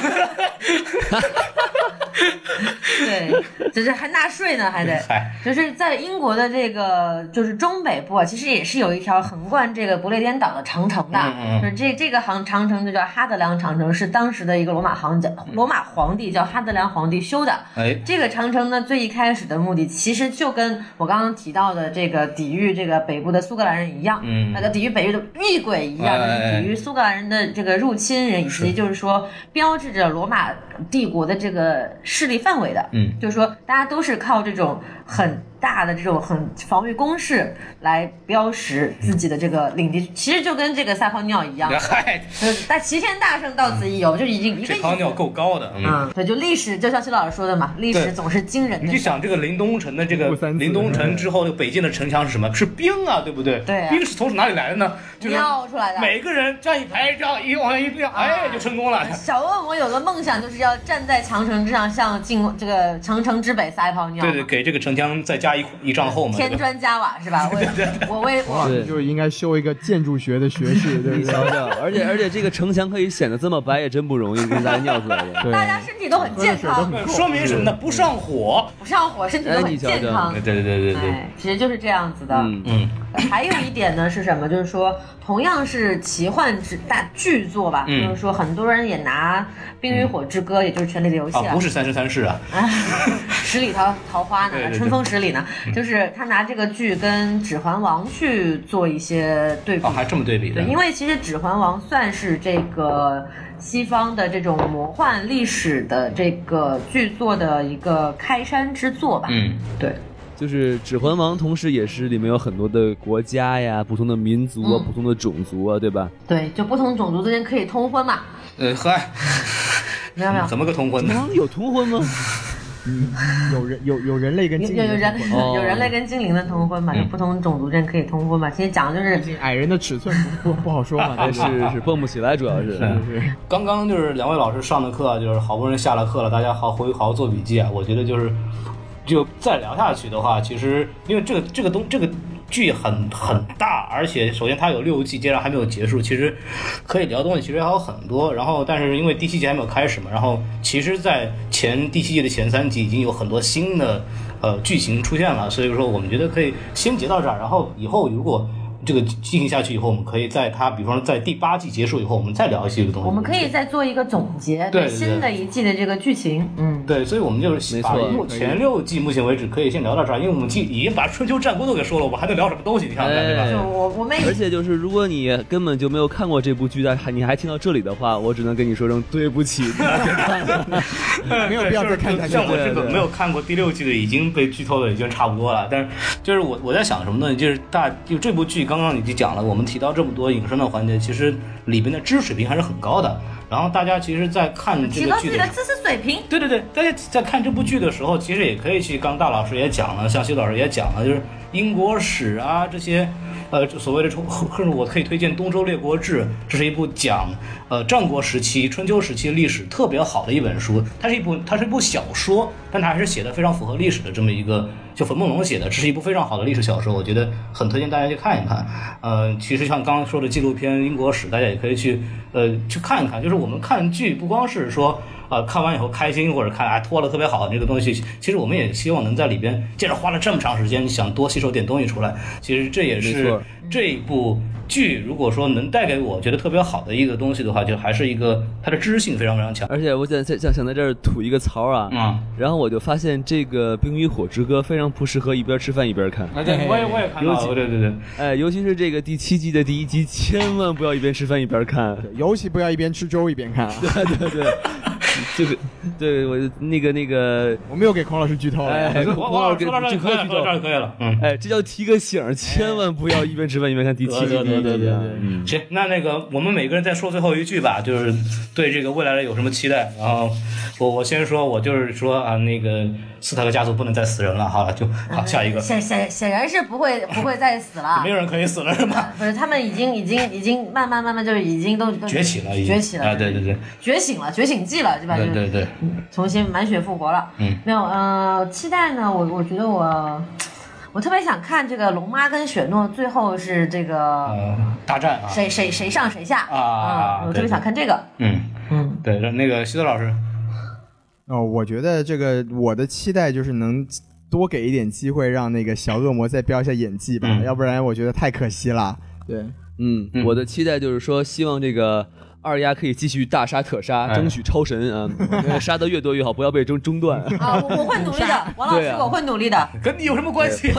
对，就是还纳税呢，还得，就是在英国的这个就是中北部啊，其实也是有一条横贯这个不列颠岛的长城的，就是这个长城就叫哈德良长城，是当时的一个罗马皇帝叫哈德良皇帝修的。这个长城呢，最一开始的目的其实就跟我刚刚提到的这个抵御这个北部的苏格兰人一样，那个抵御北部的异鬼一样，抵御苏格兰人的这个入侵人，以及就是说标志着罗马帝国的这个势力范围的，就是说大家都是靠这种很大的这种很防御工事来标识自己的这个领地，其实就跟这个撒泡尿一样，但齐天大圣到此一游，就已经一个这泡尿够高的， 对，就历史就像徐老师说的嘛，历史总是惊人的。 你就想这个临冬城的这个临冬城之后，北京的城墙是什么？是冰啊，对不对？ 对， 冰是从哪里来的呢？就是尿出来的。每个人站一排，这样一往一亮，就成功了。 小恶魔有个梦想，就是要站在长城之上，向这个长城之北撒一泡尿。 对，给这个城墙再加一丈厚嘛。 添砖加瓦是吧？ 我就应该修一个建筑学的学士，对不对？ 而且这个城墙可以显得这么白，也真不容易，跟大家尿出来的。 对，大家身体都很健康， 说明什么呢？不上火， 身体都很健康。 对， 其实就是这样子的。还有一点呢是什么？就是说，同样是奇幻大巨作吧，就是说很多人也拿《冰与火之歌》，也就是《权力的游戏》 不是三生三世啊， 十里桃花呢，春风十里呢，就是他拿这个剧跟《指环王》去做一些对比。 还这么对比的？ 对，因为其实《指环王》算是这个西方的这种魔幻历史的这个剧作的一个开山之作吧。对。 就是《指环王》，同时也是里面有很多的国家呀、不同的民族啊、不同的种族啊，对吧？ 对，就不同种族之间可以通婚嘛。 没有，怎么个通婚呢？ 有通婚吗？ 有人类跟精灵有人类跟精灵的通婚嘛，就不同种族之间可以通婚嘛。其实讲的就是矮人的尺寸不好说嘛， 是蹦不起来，主要是。 刚刚就是两位老师上的课，就是好不容易下了课了，大家好好做笔记啊。我觉得就再聊下去的话，其实因为这个剧很大，而且首先它有6季，接着还没有结束，其实可以聊的东西其实还有很多。然后但是因为第7季还没有开始嘛，然后其实在第7季的前3集已经有很多新的剧情出现了，所以说我们觉得可以先结到这儿，然后以后如果这个进行下去以后，我们可以在它比方说在第8季结束以后，我们再聊一些东西。 我们可以再做一个总结，对新的一季的这个剧情。 对，所以我们就是把前6季目前为止可以先聊到这儿，因为我们已经把春秋战国都给说了，我们还能聊什么东西？你看，对吧？ 而且就是如果你根本就没有看过这部剧，你还听到这里的话，我只能跟你说声对不起， 没有必要再看下去。 像我这个没有看过第6季的，已经被剧透的已经差不多了。但是就是我在想什么呢？就是这部剧刚刚已经讲了，我们提到这么多影视的环节，其实里边的知识水平还是很高的。然后大家其实在看这个剧提高自己的知识水平。 对，大家在看这部剧的时候，其实也可以去，刚大老师也讲了，像修老师也讲了，就是英国史啊这些，所谓的甚至我可以推荐《东周列国志》，这是一部讲战国时期、春秋时期历史特别好的一本书。它是一部小说，但它还是写的非常符合历史的这么一个，就冯梦龙写的，这是一部非常好的历史小说，我觉得很推荐大家去看一看。其实像刚刚说的纪录片《英国史》，大家也可以去看一看。就是我们看剧不光是说看完以后开心，或者看拖了特别好的这个东西，其实我们也希望能在里边，既然花了这么长时间，想多吸收点东西出来。其实这也是这一部剧如果说能带给我觉得特别好的一个东西的话，就还是一个它的知识性非常非常强。 而且我想在这儿吐一个槽啊，然后我就发现这个《冰与火之歌》非常不适合一边吃饭一边看。 对，我也看到了，对。 尤其是这个第7季的第1集，千万不要一边吃饭一边看， 尤其不要一边吃粥一边看啊。 对。 这个对我那个， 我没有给孔老师剧透了。 孔老师说到这儿可以了。 哎，这叫提个醒，千万不要一边吃饭一边看第7集。 对。行，那个我们每个人再说最后一句吧，就是对这个未来的有什么期待？然后我先说，我就是说啊，那个斯塔克家族不能再死人了，好了，就好下一个。 显然是不会再死了， 没有人可以死了是吧？ 不是，他们已经慢慢就是已经都崛起了啊！对， 觉醒了，觉醒记了，对吧？ 对， 重新满血复活了。没有期待呢，我觉得我特别想看这个龙妈跟雪诺最后是这个大战啊， 谁上谁下啊！ 我特别想看这个。 对，那个希特老师。 我觉得这个我的期待就是能多给一点机会让那个小恶魔再飙一下演技吧，要不然我觉得太可惜了。对， 我的期待就是说，希望这个二丫可以继续大杀特杀，争取超神啊！杀得越多越好，不要被中断啊！我会努力的，王老师，我会努力的。 跟你有什么关系？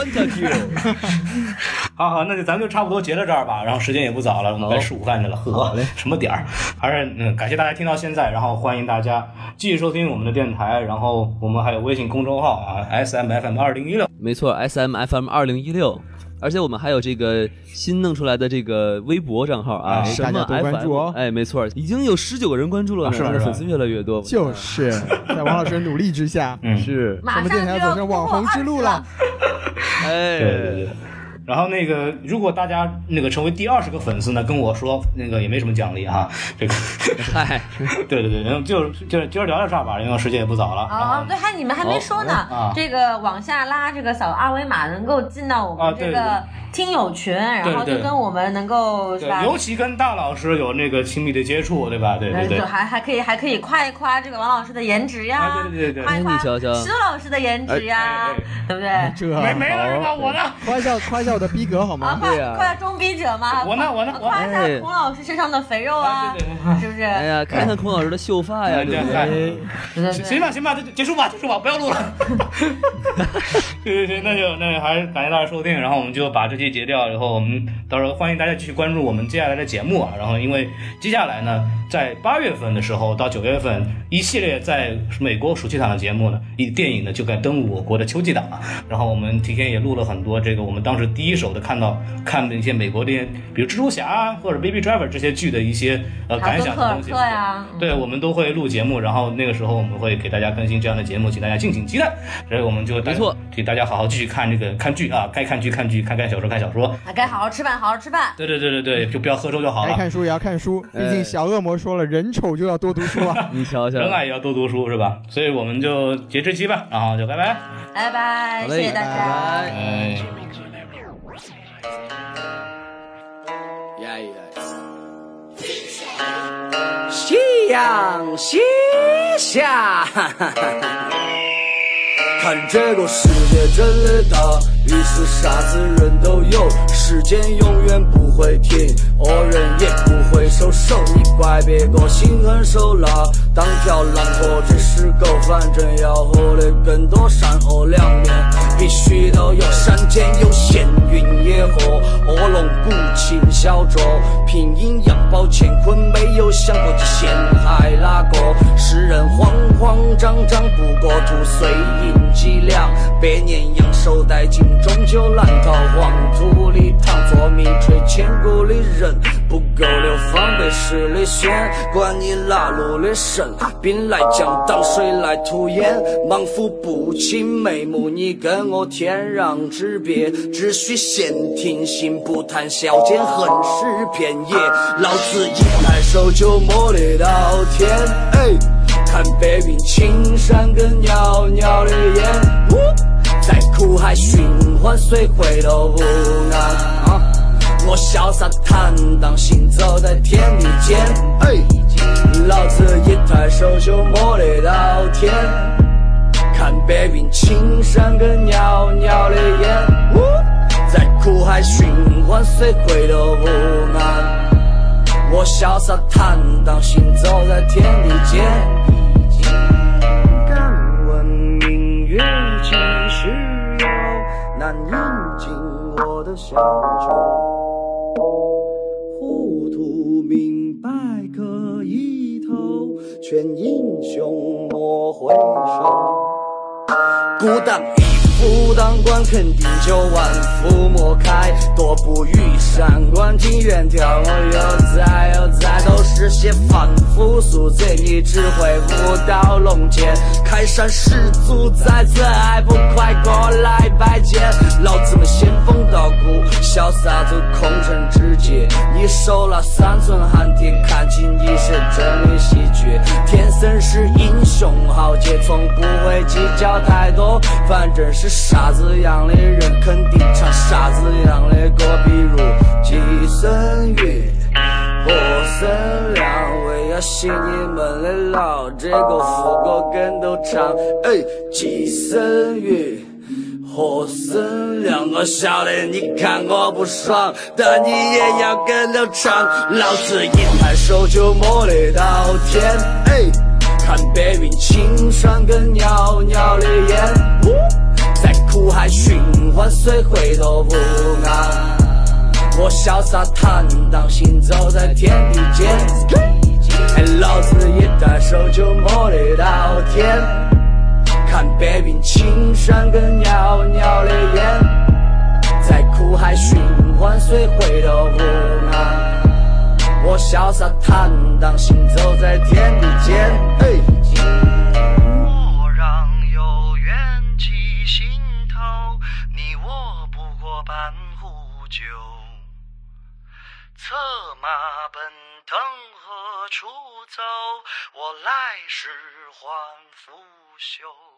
好，那就咱们就差不多结到这儿吧。然后时间也不早了，我们该吃午饭去了。呵，什么点儿？还是感谢大家听到现在，然后欢迎大家继续收听我们的电台。然后我们还有微信公众号啊 ，SMFM2016。 没错 ，SMFM2016。而且我们还有这个新弄出来的这个微博账号啊，什么 FM， 哎，没错，已经有19个人关注了，是吧？粉丝越来越多， 就是在王老师努力之下， 是马上就要走上网红之路了。 哎， 对。然后那个，如果大家那个成为第20个粉丝呢，跟我说那个也没什么奖励哈。这个， 嗨， 对，然后就今儿聊到这儿吧，因为时间也不早了。 对，你们还没说呢。这个往下拉这个小二维码，能够进到我们这个听友群，然后就跟我们能够是吧？ 尤其跟大老师有那个亲密的接触，对吧？对， 还可以夸一夸这个王老师的颜值呀， 对， 夸一夸石头老师的颜值呀，对不对？ 这没了是吧？我呢？ 夸一下我的逼格好吗？ 夸一下装逼者吗？ 我呢？ 夸一下孔老师身上的肥肉啊，是不是？ 哎呀，看孔老师的秀发呀，对不对？ 行吧，结束吧，不要录了。对，那就还是感谢大家收听，然后我们就把这期截掉，然后我们到时候欢迎大家继续关注我们接下来的节目啊。然后因为接下来呢，在8月份的时候到9月份，一系列在美国暑期档的节目呢，电影呢就该登陆我国的秋季档了。然后我们提前也录了很多这个我们当时第一手的看一些美国的，比如蜘蛛侠或者 Baby Driver 这些剧的一些感想的东西。对，我们都会录节目，然后那个时候我们会给大家更新这样的节目，请大家敬请期待。所以我们就没错， 请大家好好继续看剧啊，该看剧看剧，看小说， 该好好吃饭。 对，就不要喝粥就好了。 该看书也要看书，毕竟小恶魔说了，人丑就要多读书啊。 你瞧瞧， 人爱也要多读书是吧？所以我们就结这期吧，然后就拜拜， 谢谢大家。 夕阳西下，看这个世界真的大，于是啥子人都有，时间永远不会停，恶人也不会收手，你怪别个心狠手辣，当条狼或者是狗，反正要活得更多善恶两面，必须都有，山间有闲云野鹤，恶龙古琴小酌，平阴阳宝乾坤，没有想过去陷害哪个，世人慌慌张张，不过图碎银几两，百年阳寿殆尽，终究难逃黄土里躺，做名垂千古的人，不够流芳被十里选，管你哪路的神，兵来将挡，水来土掩，莽夫不清眉目，你跟我天壤之别，只需闲庭信步，谈笑间横尸遍野，老子一抬手就摸得到天，看白云青山跟袅袅的烟，在苦海寻欢谁回头不安，我潇洒坦荡行走在天地间，老子一抬手就摸得到天，看白云青山跟袅袅的烟，在苦海寻欢谁回头不安，我潇洒坦荡行走在天地间，敢问明月几时有，难饮尽我的乡愁，糊涂明白可以透， 劝英雄莫回首。孤当一夫当关，肯定就万夫莫开。多不与山关庭远眺，我悠哉都是些凡夫俗子，你只会舞刀弄剑。开山始祖在此，还不快过来拜见？老子们仙风道骨，潇洒走空城之界。你受了3寸寒铁，看尽一身真理戏剧。天生是英雄豪杰，从不会计较太多。反正是傻子样的人，肯定唱傻子样的歌，比如寄生鱼、火生亮，为了洗你们的脑，这个副歌跟都唱。寄生鱼、火生亮，我晓得你看我不爽，但你也要跟着唱。老子一拍手就摸得到天，看白云青山跟袅袅的烟，在苦海寻欢谁回头不岸？我潇洒坦荡行走在天地间，老子一抬手就摸得到天，看白云青山跟袅袅的烟，在苦海寻欢谁回头不岸？我潇洒坦荡行走在天地间， 莫让有怨气心头，你我不过半壶酒。策马奔腾何处走，我来时还拂袖。